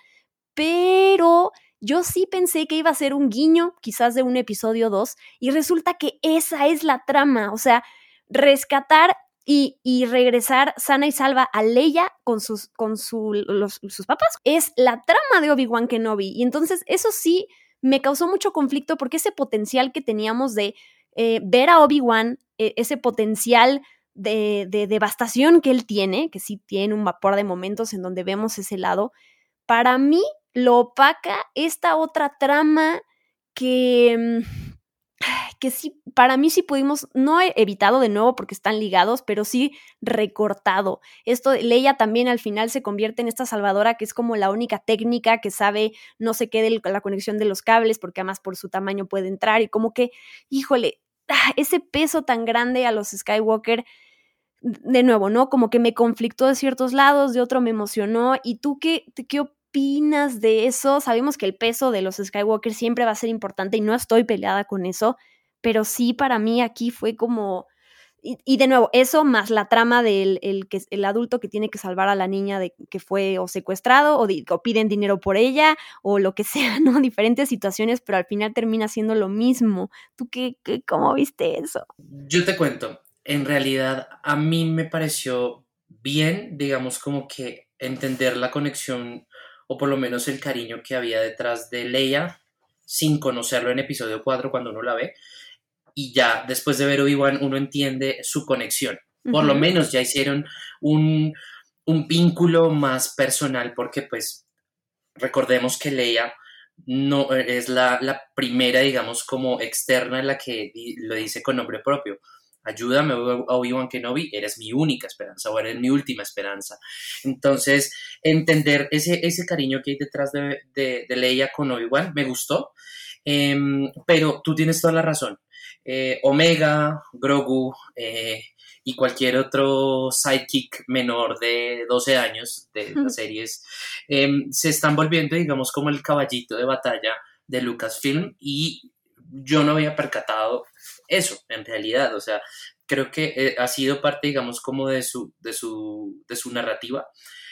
pero yo sí pensé que iba a ser un guiño, quizás de un episodio dos, y resulta que esa es la trama, o sea, rescatar y, y regresar sana y salva a Leia con, sus, con su, los, sus papás, es la trama de Obi-Wan Kenobi, y entonces eso sí me causó mucho conflicto porque ese potencial que teníamos de eh, ver a Obi-Wan, eh, ese potencial de, de devastación que él tiene, que sí tiene un vapor de momentos en donde vemos ese lado, para mí lo opaca esta otra trama que, que sí, para mí sí pudimos, no he evitado de nuevo porque están ligados, pero sí recortado. Esto, Leia también al final se convierte en esta salvadora que es como la única técnica que sabe no sé qué de la conexión de los cables, porque además por su tamaño puede entrar, y como que, híjole, ese peso tan grande a los Skywalker, de nuevo, ¿no? Como que me conflictó de ciertos lados, de otro me emocionó. ¿Y tú qué, qué opinas de eso? Sabemos que el peso de los Skywalker siempre va a ser importante y no estoy peleada con eso, pero sí para mí aquí fue como... Y, y de nuevo, eso más la trama del el, que, el adulto que tiene que salvar a la niña de que fue o secuestrado o, de, o piden dinero por ella o lo que sea, ¿no? Diferentes situaciones, pero al final termina siendo lo mismo. ¿Tú qué, qué cómo viste eso? Yo te cuento, en realidad a mí me pareció bien, digamos, como que entender la conexión o por lo menos el cariño que había detrás de Leia sin conocerlo en episodio cuatro cuando uno la ve, y ya después de ver Obi-Wan uno entiende su conexión. Por uh-huh. lo menos ya hicieron un, un vínculo más personal, porque pues recordemos que Leia no es la, la primera, digamos, como externa en la que lo dice con nombre propio. Ayúdame, Obi-Wan Kenobi, eres mi única esperanza, o eres mi última esperanza. Entonces, entender ese, ese cariño que hay detrás de, de, de Leia con Obi-Wan me gustó, eh, pero tú tienes toda la razón. Eh, Omega, Grogu eh, y cualquier otro sidekick menor de doce años de las series eh, se están volviendo, digamos, como el caballito de batalla de Lucasfilm, y yo no había percatado eso en realidad. O sea, creo que eh, ha sido parte, digamos, como de su, de su, de su narrativa,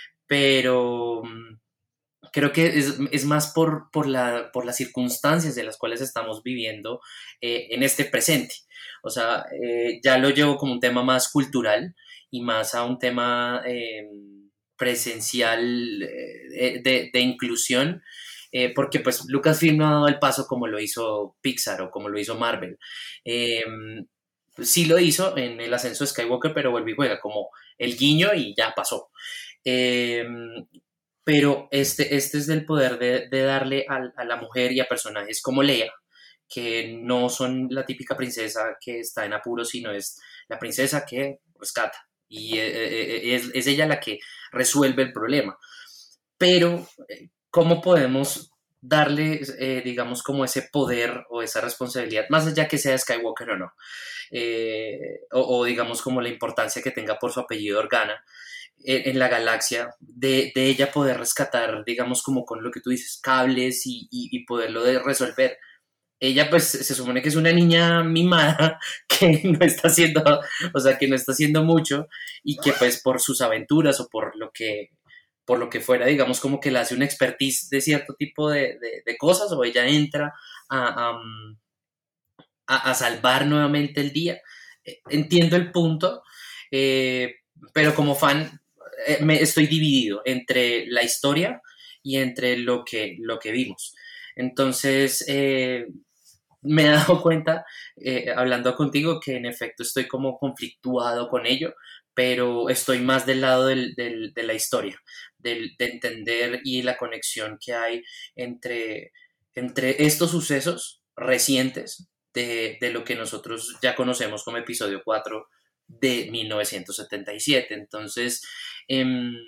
pero um, creo que es, es más por, por, la, por las circunstancias de las cuales estamos viviendo eh, en este presente. O sea, eh, ya lo llevo como un tema más cultural y más a un tema eh, presencial eh, de, de inclusión, eh, porque pues Lucasfilm no ha dado el paso como lo hizo Pixar o como lo hizo Marvel. Eh, sí lo hizo en el ascenso de Skywalker, pero vuelve y juega como el guiño y ya pasó. Eh, pero este, este es del poder de, de darle a, a la mujer y a personajes como Leia, que no son la típica princesa que está en apuros, sino es la princesa que rescata, y eh, es, es ella la que resuelve el problema. Pero ¿cómo podemos darle, eh, digamos, como ese poder o esa responsabilidad, más allá que sea Skywalker o no, eh, o, o digamos como la importancia que tenga por su apellido Organa en, en la galaxia, de, de ella poder rescatar, digamos, como con lo que tú dices, cables y, y, y poderlo de resolver? Ella pues se supone que es una niña mimada que no está haciendo, o sea, que no está haciendo mucho, y que pues por sus aventuras o por lo que por lo que fuera, digamos, como que le hace una expertise de cierto tipo de, de, de cosas, o ella entra a, a, a, a salvar nuevamente el día. Entiendo el punto, eh, pero como fan eh, me estoy dividido entre la historia y entre lo que, lo que vimos. Entonces, eh, me he dado cuenta, eh, hablando contigo, que en efecto estoy como conflictuado con ello, pero estoy más del lado del, del, de la historia, del, de entender y la conexión que hay entre, entre estos sucesos recientes de, de lo que nosotros ya conocemos como episodio cuatro de mil novecientos setenta y siete. Entonces, eh,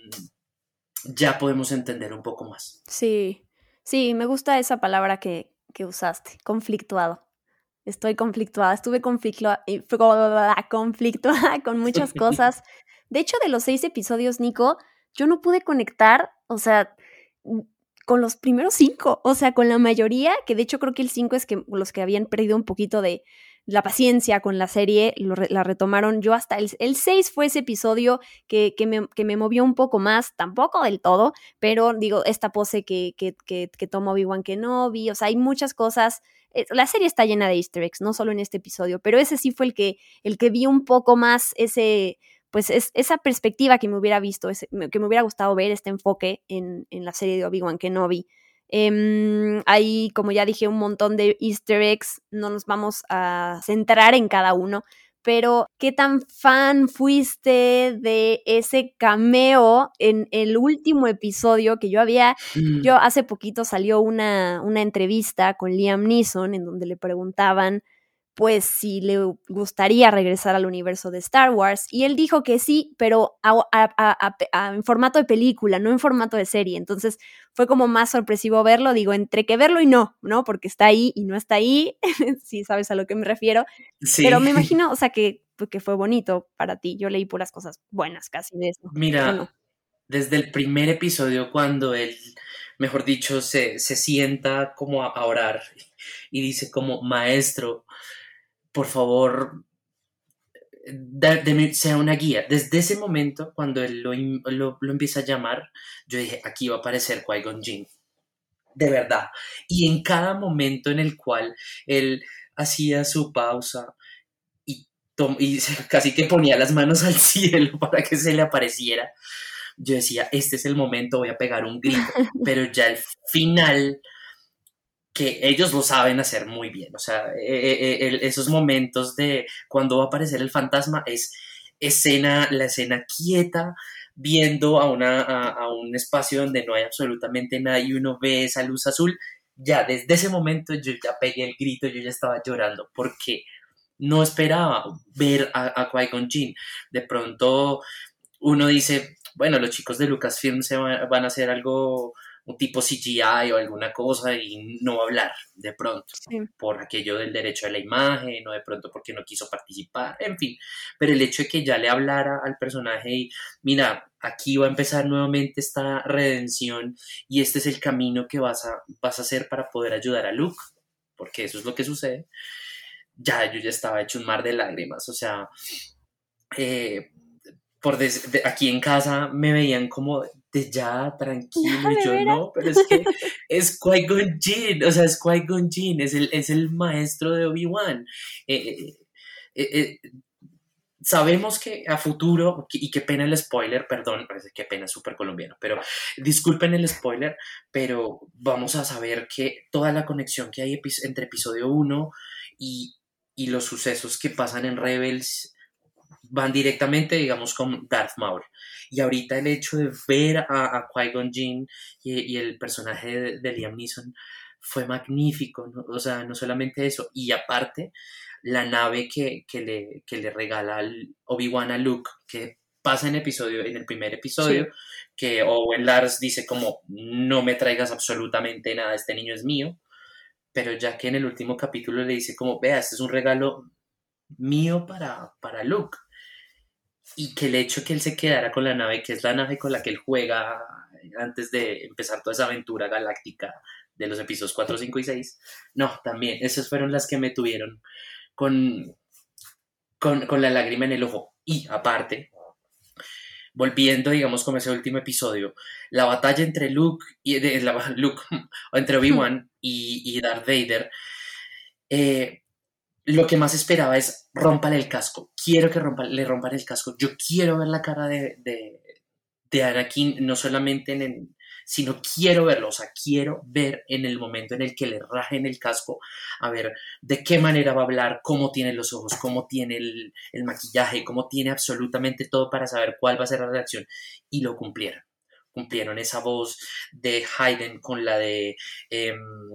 ya podemos entender un poco más. Sí, sí, me gusta esa palabra que, que usaste, conflictuado. Estoy conflictuada, estuve conflictua- conflictuada con muchas cosas. De hecho, de los seis episodios, Nico, yo no pude conectar, o sea, con los primeros cinco, o sea, con la mayoría, que de hecho creo que el cinco es que los que habían perdido un poquito de la paciencia con la serie, lo re- la retomaron. Yo hasta el, el seis fue ese episodio que, que, me, que me movió un poco más, tampoco del todo, pero digo, esta pose que, que, que, que toma Obi-Wan Kenobi, o sea, hay muchas cosas. Eh, la serie está llena de easter eggs, no solo en este episodio, pero ese sí fue el que, el que vi un poco más ese, pues es, esa perspectiva que me hubiera visto, ese, que me hubiera gustado ver, este enfoque en, en la serie de Obi-Wan Kenobi. Eh, hay, como ya dije, un montón de easter eggs, no nos vamos a centrar en cada uno, pero ¿qué tan fan fuiste de ese cameo en el último episodio que yo había? Mm. Yo hace poquito salió una, una entrevista con Liam Neeson en donde le preguntaban pues si le gustaría regresar al universo de Star Wars, y él dijo que sí, pero a, a, a, a, en formato de película, no en formato de serie. Entonces fue como más sorpresivo verlo, digo, entre que verlo y no, ¿no? Porque está ahí y no está ahí, si sabes a lo que me refiero. Sí. Pero me imagino, o sea, que, que fue bonito para ti. Yo leí puras cosas buenas casi de eso. Mira, no? Desde el primer episodio, cuando él, mejor dicho, se, se sienta como a, a orar y dice como, maestro, por favor, de, de, sea una guía. Desde ese momento, cuando él lo, lo, lo empieza a llamar, yo dije, aquí va a aparecer Qui-Gon Jinn. De verdad. Y en cada momento en el cual él hacía su pausa y, tom- y casi que ponía las manos al cielo para que se le apareciera, yo decía, este es el momento, voy a pegar un grito. Pero ya el final, que ellos lo saben hacer muy bien, o sea, eh, eh, esos momentos de cuando va a aparecer el fantasma es escena, la escena quieta, viendo a, una, a, a un espacio donde no hay absolutamente nada y uno ve esa luz azul. Ya desde ese momento yo ya pegué el grito, yo ya estaba llorando porque no esperaba ver a, a Qui-Gon Jinn. De pronto uno dice, bueno, los chicos de Lucasfilm se van, van a hacer algo, un tipo C G I o alguna cosa y no va a hablar de pronto, sí, por aquello del derecho a la imagen o de pronto porque no quiso participar, en fin, pero el hecho de que ya le hablara al personaje y mira, aquí va a empezar nuevamente esta redención y este es el camino que vas a, vas a hacer para poder ayudar a Luke, porque eso es lo que sucede, ya yo ya estaba hecho un mar de lágrimas, o sea, eh, por des- de, aquí en casa me veían como de ya, tranquilo, y yo no, pero es que es Qui-Gon Jinn, o sea, es Qui-Gon Jinn, es el, es el maestro de Obi-Wan. Eh, eh, eh, sabemos que a futuro, y qué pena el spoiler, perdón, qué pena, es súper colombiano, pero disculpen el spoiler, pero vamos a saber que toda la conexión que hay epi- entre episodio uno y, y los sucesos que pasan en Rebels van directamente, digamos, con Darth Maul. Y ahorita el hecho de ver a, a Qui-Gon Jinn y, y el personaje de, de Liam Neeson fue magnífico, ¿no? O sea, no solamente eso, y aparte, la nave que, que, le, que le regala Obi-Wan a Luke, que pasa en, episodio, en el primer episodio, sí, que Owen Lars dice como, no me traigas absolutamente nada, este niño es mío, pero ya que en el último capítulo le dice como, vea, este es un regalo mío para, para Luke. Y que el hecho que él se quedara con la nave, que es la nave con la que él juega antes de empezar toda esa aventura galáctica de los episodios cuatro, cinco y seis, no, también, esas fueron las que me tuvieron con, con, con la lágrima en el ojo. Y aparte, volviendo, digamos, como ese último episodio, la batalla entre Luke y de, la, Luke, o entre Obi-Wan y, y Darth Vader, eh, lo que más esperaba es rómpale el casco. Quiero que rompa, le rompan el casco. Yo quiero ver la cara de, de, de Anakin, no solamente en el, sino quiero verlo, o sea, quiero ver en el momento en el que le rajen el casco, a ver de qué manera va a hablar, cómo tiene los ojos, cómo tiene el, el maquillaje, cómo tiene absolutamente todo para saber cuál va a ser la reacción. Y lo cumplieron. Cumplieron esa voz de Hayden con la de eh,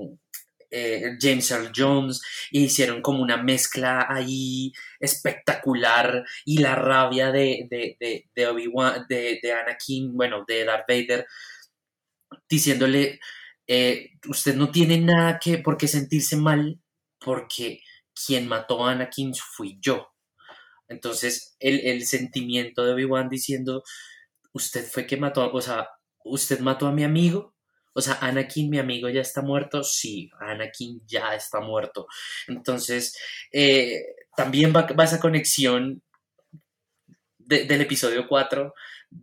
eh, James Earl Jones, e hicieron como una mezcla ahí espectacular, y la rabia de, de, de, de Obi-Wan, de, de Anakin, bueno, de Darth Vader, diciéndole, eh, usted no tiene nada que, por qué sentirse mal, porque quien mató a Anakin fui yo. Entonces, el, el sentimiento de Obi-Wan diciendo, usted fue que mató, o sea, usted mató a mi amigo, o sea, Anakin, mi amigo, ya está muerto. Sí, Anakin ya está muerto. Entonces, eh, también va, va esa conexión de, del episodio cuatro,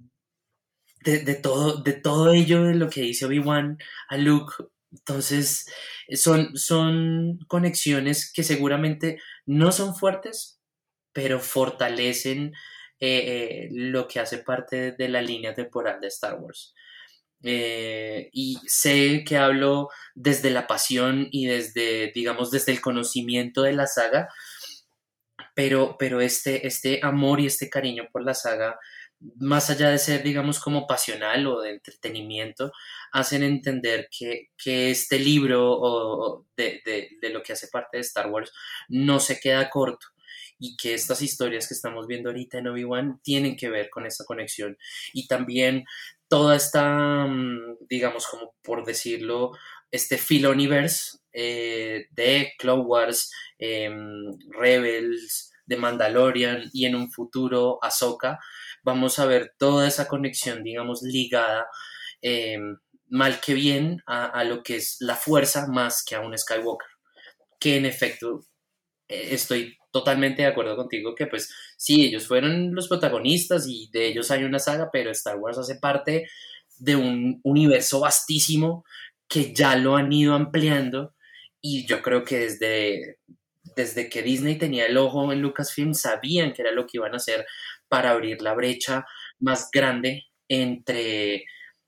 de, de, todo, de todo ello, de lo que dice Obi-Wan a Luke. Entonces, son, son conexiones que seguramente no son fuertes, pero fortalecen eh, eh, lo que hace parte de la línea temporal de Star Wars. Eh, y sé que hablo desde la pasión y desde, digamos, desde el conocimiento de la saga, pero, pero este, este amor y este cariño por la saga, más allá de ser, digamos, como pasional o de entretenimiento, hacen entender que, que este libro o de, de, de lo que hace parte de Star Wars no se queda corto, y que estas historias que estamos viendo ahorita en Obi-Wan tienen que ver con esa conexión. Y también toda esta, digamos, como por decirlo, este Filoniverse eh, de Clone Wars, eh, Rebels, de Mandalorian y en un futuro Ahsoka, vamos a ver toda esa conexión, digamos, ligada, eh, mal que bien, a, a lo que es la fuerza más que a un Skywalker, que en efecto eh, estoy totalmente de acuerdo contigo que pues sí, ellos fueron los protagonistas y de ellos hay una saga, pero Star Wars hace parte de un universo vastísimo que ya lo han ido ampliando, y yo creo que desde, desde que Disney tenía el ojo en Lucasfilm sabían que era lo que iban a hacer para abrir la brecha más grande entre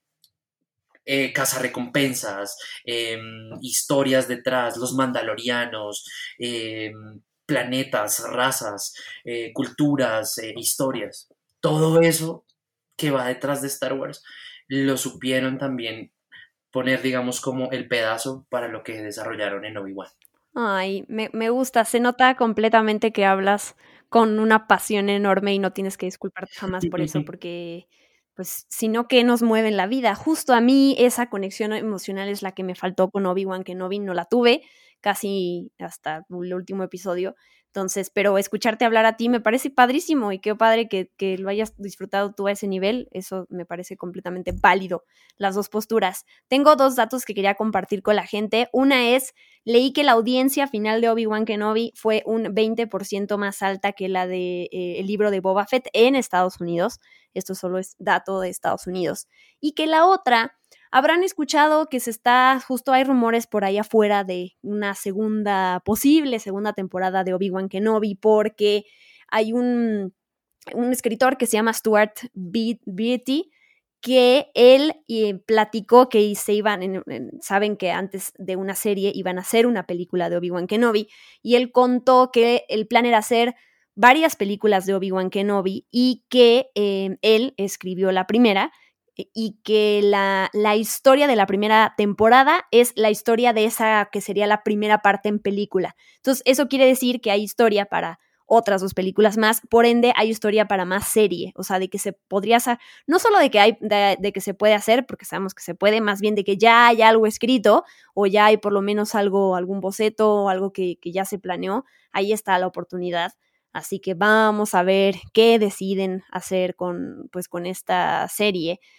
eh, cazarrecompensas, eh, historias detrás, los mandalorianos, eh, planetas, razas, eh, culturas, eh, historias. Todo eso que va detrás de Star Wars lo supieron también poner, digamos, como el pedazo para lo que desarrollaron en Obi-Wan. Ay, me, me gusta, se nota completamente que hablas con una pasión enorme y no tienes que disculparte jamás por eso, porque pues sino que nos mueve en la vida. Justo a mí esa conexión emocional es la que me faltó con Obi-Wan Kenobi, no la tuve casi hasta el último episodio. Entonces, pero escucharte hablar a ti me parece padrísimo, y qué padre que, que lo hayas disfrutado tú a ese nivel. Eso me parece completamente válido, las dos posturas. Tengo dos datos que quería compartir con la gente. Una es, leí que la audiencia final de Obi-Wan Kenobi fue un veinte por ciento más alta que la de eh, el libro de Boba Fett en Estados Unidos. Esto solo es dato de Estados Unidos. Y que la otra, habrán escuchado que se está, justo hay rumores por ahí afuera de una segunda, posible segunda temporada de Obi-Wan Kenobi, porque hay un, un escritor que se llama Stuart Beatty, que él eh, platicó que se iban, en, en, saben que antes de una serie iban a hacer una película de Obi-Wan Kenobi, y él contó que el plan era hacer varias películas de Obi-Wan Kenobi, y que eh, él escribió la primera, y que la, la historia de la primera temporada es la historia de esa que sería la primera parte en película. Entonces, eso quiere decir que hay historia para otras dos películas más, por ende hay historia para más serie, o sea, de que se podría hacer, no solo de que hay, de, de que se puede hacer, porque sabemos que se puede, más bien de que ya hay algo escrito, o ya hay por lo menos algo, algún boceto, o algo que, que ya se planeó. Ahí está la oportunidad. Así que vamos a ver qué deciden hacer con, pues, con esta serie.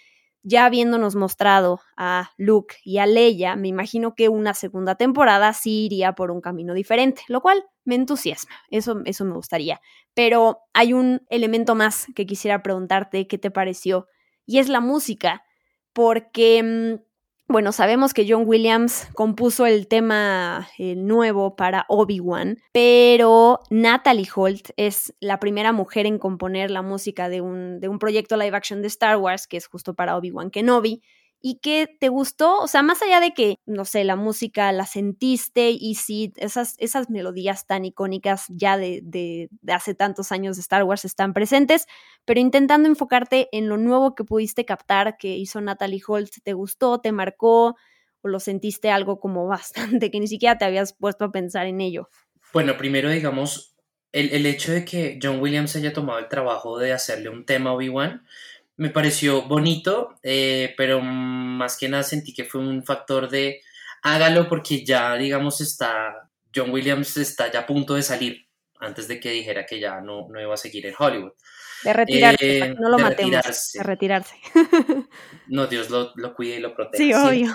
ya habiéndonos mostrado a Luke y a Leia, me imagino que una segunda temporada sí iría por un camino diferente, lo cual me entusiasma, eso, eso me gustaría. Pero hay un elemento más que quisiera preguntarte, ¿qué te pareció? Y es la música, porque, bueno, sabemos que John Williams compuso el tema eh, nuevo para Obi-Wan, pero Natalie Holt es la primera mujer en componer la música de un, de un proyecto live action de Star Wars, que es justo para Obi-Wan Kenobi. ¿Y qué te gustó? O sea, más allá de que, no sé, la música la sentiste y sí, esas, esas melodías tan icónicas ya de, de, de hace tantos años de Star Wars están presentes, pero intentando enfocarte en lo nuevo que pudiste captar que hizo Natalie Holt, ¿te gustó, te marcó o lo sentiste algo como bastante que ni siquiera te habías puesto a pensar en ello? Bueno, primero digamos, el, el hecho de que John Williams haya tomado el trabajo de hacerle un tema a Obi-Wan me pareció bonito, eh, pero más que nada sentí que fue un factor de hágalo porque ya, digamos, está, John Williams está ya a punto de salir, antes de que dijera que ya no, no iba a seguir en Hollywood. De retirarse, Eh, para que no lo de matemos. retirarse. De retirarse. No, Dios lo, lo cuide y lo proteja. Sí, obvio.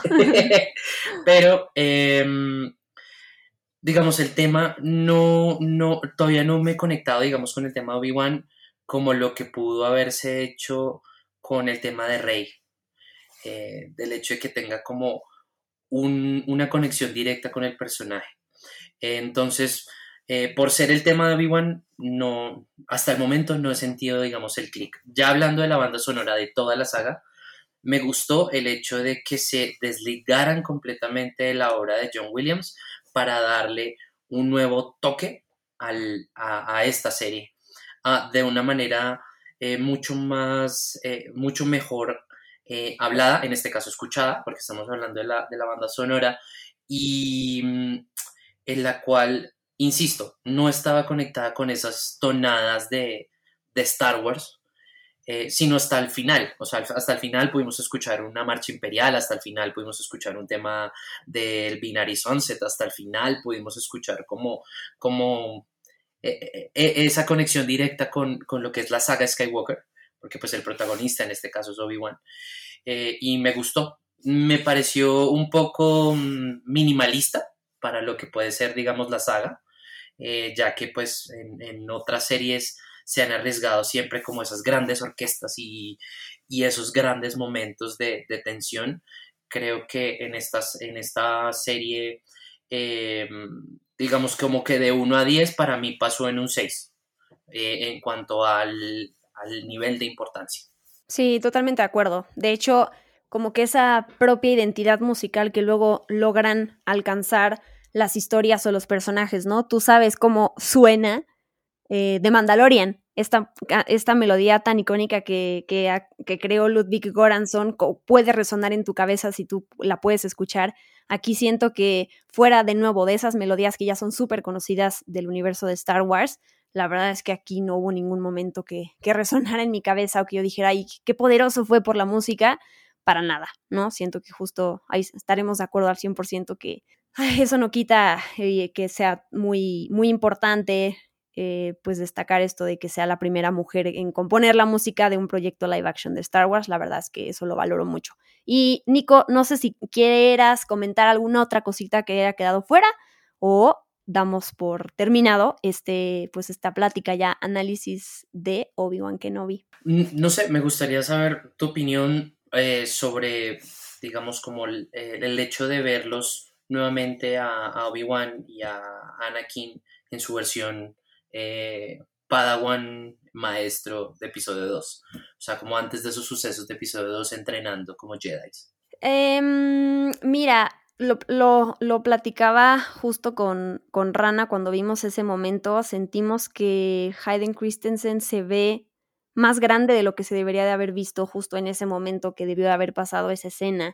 Pero, eh, digamos, el tema no, no, todavía no me he conectado, digamos, con el tema de Obi-Wan como lo que pudo haberse hecho con el tema de Rey. Eh, del hecho de que tenga como un, una conexión directa con el personaje. Eh, entonces, eh, por ser el tema de Obi-Wan, no, hasta el momento no he sentido, digamos, el click. Ya hablando de la banda sonora de toda la saga, me gustó el hecho de que se desligaran completamente de la obra de John Williams para darle un nuevo toque al, a, a, esta serie, uh, de una manera eh, mucho más, eh, mucho mejor eh, hablada, en este caso escuchada, porque estamos hablando de la, de la banda sonora, y mm, en la cual, insisto, no estaba conectada con esas tonadas de, de Star Wars, eh, sino hasta el final, o sea, hasta el final pudimos escuchar una marcha imperial, hasta el final pudimos escuchar un tema del Binary Sunset, hasta el final pudimos escuchar como, como eh, eh, esa conexión directa con, con lo que es la saga Skywalker, porque pues el protagonista en este caso es Obi-Wan, eh, y me gustó, me pareció un poco um, minimalista para lo que puede ser, digamos, la saga, eh, ya que pues en, en otras series se han arriesgado siempre como esas grandes orquestas y, y esos grandes momentos de, de tensión. Creo que en, estas, en esta serie, eh, digamos como que de uno a diez para mí pasó en un seis, eh, en cuanto al, al nivel de importancia. Sí, totalmente de acuerdo. De hecho, como que esa propia identidad musical que luego logran alcanzar las historias o los personajes, ¿no? Tú sabes cómo suena eh, de Mandalorian, esta, esta melodía tan icónica que, que, que creó Ludwig Göransson puede resonar en tu cabeza si tú la puedes escuchar. Aquí siento que fuera de nuevo de esas melodías que ya son súper conocidas del universo de Star Wars, la verdad es que aquí no hubo ningún momento que, que resonara en mi cabeza o que yo dijera, ay, qué poderoso fue por la música, para nada, ¿no? Siento que justo ahí estaremos de acuerdo al cien por ciento que ay, eso no quita eh, que sea muy, muy importante eh, pues destacar esto de que sea la primera mujer en componer la música de un proyecto live action de Star Wars. La verdad es que eso lo valoro mucho. Y Nico, no sé si quieras comentar alguna otra cosita que haya quedado fuera o damos por terminado este, pues esta plática ya, análisis de Obi-Wan Kenobi. No sé, me gustaría saber tu opinión eh, sobre, digamos, como el, el hecho de verlos nuevamente a, a Obi-Wan y a Anakin en su versión eh, Padawan maestro de episodio dos. O sea, como antes de esos sucesos de episodio dos entrenando como Jedi. Eh, mira, Lo, lo, lo platicaba justo con, con Rana cuando vimos ese momento. Sentimos que Hayden Christensen se ve más grande de lo que se debería de haber visto justo en ese momento que debió de haber pasado esa escena.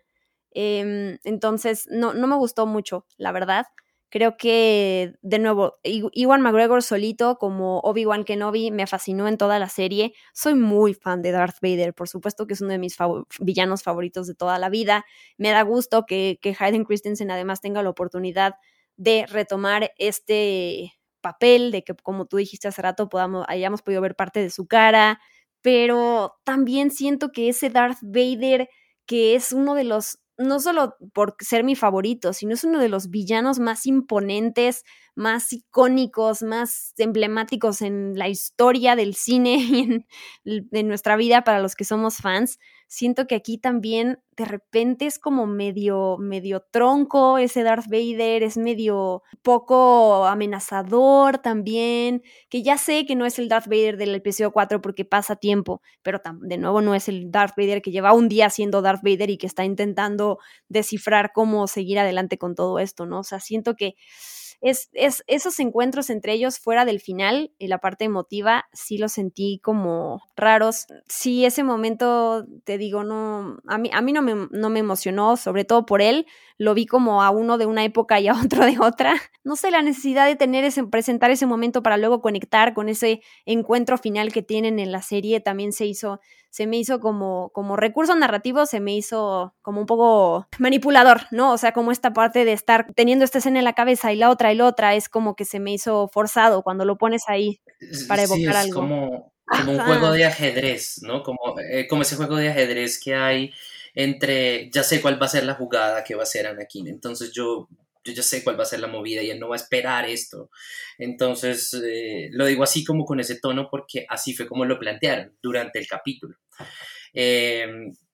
Eh, entonces, no, no me gustó mucho, la verdad. Creo que, de nuevo, Ewan McGregor solito como Obi-Wan Kenobi me fascinó en toda la serie. Soy muy fan de Darth Vader, por supuesto que es uno de mis fav- villanos favoritos de toda la vida. Me da gusto que, que Hayden Christensen además tenga la oportunidad de retomar este papel, de que, como tú dijiste hace rato, podamos, hayamos podido ver parte de su cara, pero también siento que ese Darth Vader que es uno de los, no solo por ser mi favorito, sino es uno de los villanos más imponentes, más icónicos, más emblemáticos en la historia del cine y en, en nuestra vida para los que somos fans. Siento que aquí también de repente es como medio, medio tronco ese Darth Vader, es medio poco amenazador también, que ya sé que no es el Darth Vader del episodio cuatro porque pasa tiempo, pero tam- de nuevo no es el Darth Vader que lleva un día siendo Darth Vader y que está intentando descifrar cómo seguir adelante con todo esto, ¿no? O sea, siento que Es, es, esos encuentros entre ellos fuera del final y la parte emotiva sí los sentí como raros. Sí, ese momento, te digo, no, a mí, a mí no, me, no me emocionó, sobre todo por él. Lo vi como a uno de una época y a otro de otra. No sé, la necesidad de tener ese, presentar ese momento para luego conectar con ese encuentro final que tienen en la serie también se hizo, se me hizo como, como recurso narrativo, se me hizo como un poco manipulador, ¿no? O sea, como esta parte de estar teniendo esta escena en la cabeza y la otra y la otra, es como que se me hizo forzado cuando lo pones ahí para evocar Sí, es algo. como, como un Ajá. juego de ajedrez, ¿no? Como, eh, como ese juego de ajedrez que hay entre, ya sé cuál va a ser la jugada que va a hacer Anakin, entonces yo, yo ya sé cuál va a ser la movida y él no va a esperar esto. Entonces, eh, lo digo así como con ese tono porque así fue como lo plantearon durante el capítulo. Eh,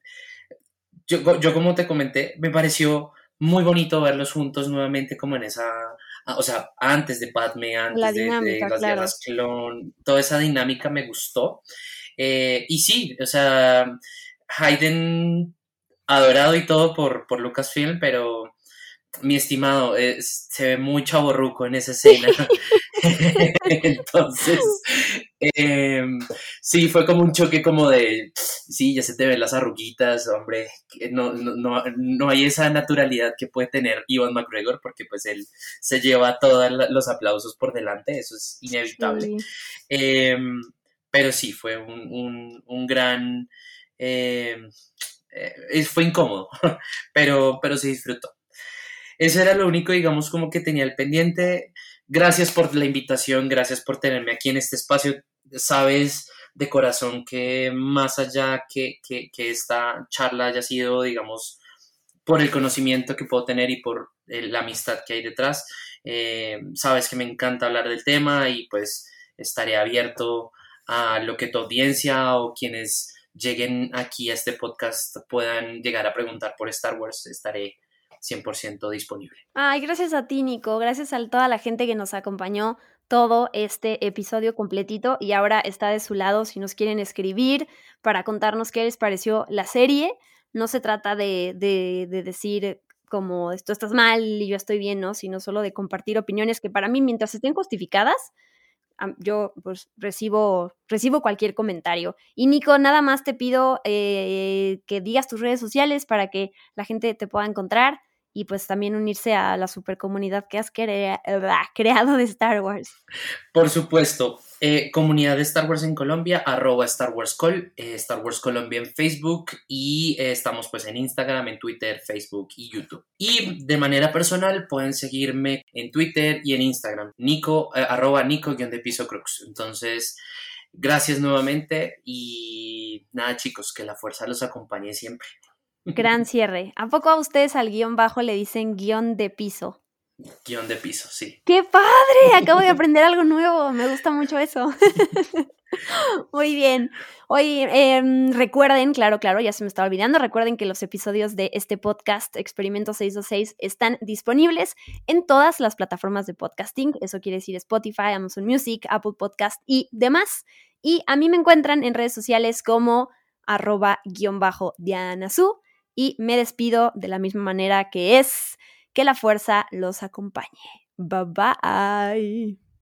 yo, yo, como te comenté, me pareció muy bonito verlos juntos nuevamente como en esa... O sea, antes de Padme, antes La de, dinámica, de las claro. guerras clon, toda esa dinámica me gustó. Eh, y sí, o sea, Hayden adorado y todo por, por Lucasfilm, pero mi estimado, eh, se ve muy chavorruco en esa escena. Entonces, eh, sí, fue como un choque como de, sí, ya se te ven las arruguitas, hombre, no, no, no, no hay esa naturalidad que puede tener Ewan McGregor, porque pues él se lleva todos los aplausos por delante, eso es inevitable. Sí. Eh, pero sí, fue un, un, un gran... Eh, eh, fue incómodo, pero, pero se disfrutó. Eso era lo único, digamos, como que tenía el pendiente. Gracias por la invitación, gracias por tenerme aquí en este espacio. Sabes de corazón que más allá que, que, que esta charla haya sido, digamos, por el conocimiento que puedo tener y por eh, la amistad que hay detrás, eh, sabes que me encanta hablar del tema y pues estaré abierto a lo que tu audiencia o quienes lleguen aquí a este podcast puedan llegar a preguntar por Star Wars. Estaré cien por ciento disponible. Ay, gracias a ti, Nico. Gracias a toda la gente que nos acompañó todo este episodio completito y ahora está de su lado si nos quieren escribir para contarnos qué les pareció la serie. No se trata de, de, de decir como esto estás mal y yo estoy bien, ¿no? Sino solo de compartir opiniones que para mí, mientras estén justificadas, yo pues recibo, recibo cualquier comentario. Y Nico, nada más te pido eh, que digas tus redes sociales para que la gente te pueda encontrar y pues también unirse a la super comunidad que has crea- creado de Star Wars. Por supuesto, eh, comunidad de Star Wars en Colombia, arroba Star Wars Col, eh, Star Wars Colombia en Facebook y eh, estamos pues en Instagram, en Twitter, Facebook y YouTube. Y de manera personal pueden seguirme en Twitter y en Instagram, Nico, eh, arroba Nico guión de piso crux. Entonces, gracias nuevamente y nada chicos, que la fuerza los acompañe siempre. Gran cierre. ¿A poco a ustedes al guión bajo le dicen guión de piso? Guión de piso, sí. ¡Qué padre! Acabo de aprender algo nuevo. Me gusta mucho eso. Muy bien. Hoy eh, recuerden, claro, claro, ya se me estaba olvidando, recuerden que los episodios de este podcast, Experimento seiscientos veintiséis, están disponibles en todas las plataformas de podcasting. Eso quiere decir Spotify, Amazon Music, Apple Podcast y demás. Y a mí me encuentran en redes sociales como arroba guión bajo Dianasu. Y me despido de la misma manera que es que la fuerza los acompañe. Bye bye.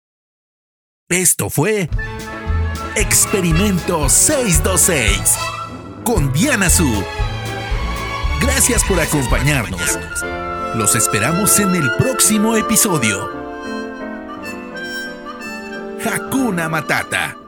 Esto fue Experimento seiscientos veintiséis con Diana Su. Gracias por acompañarnos. Los esperamos en el próximo episodio. Hakuna Matata.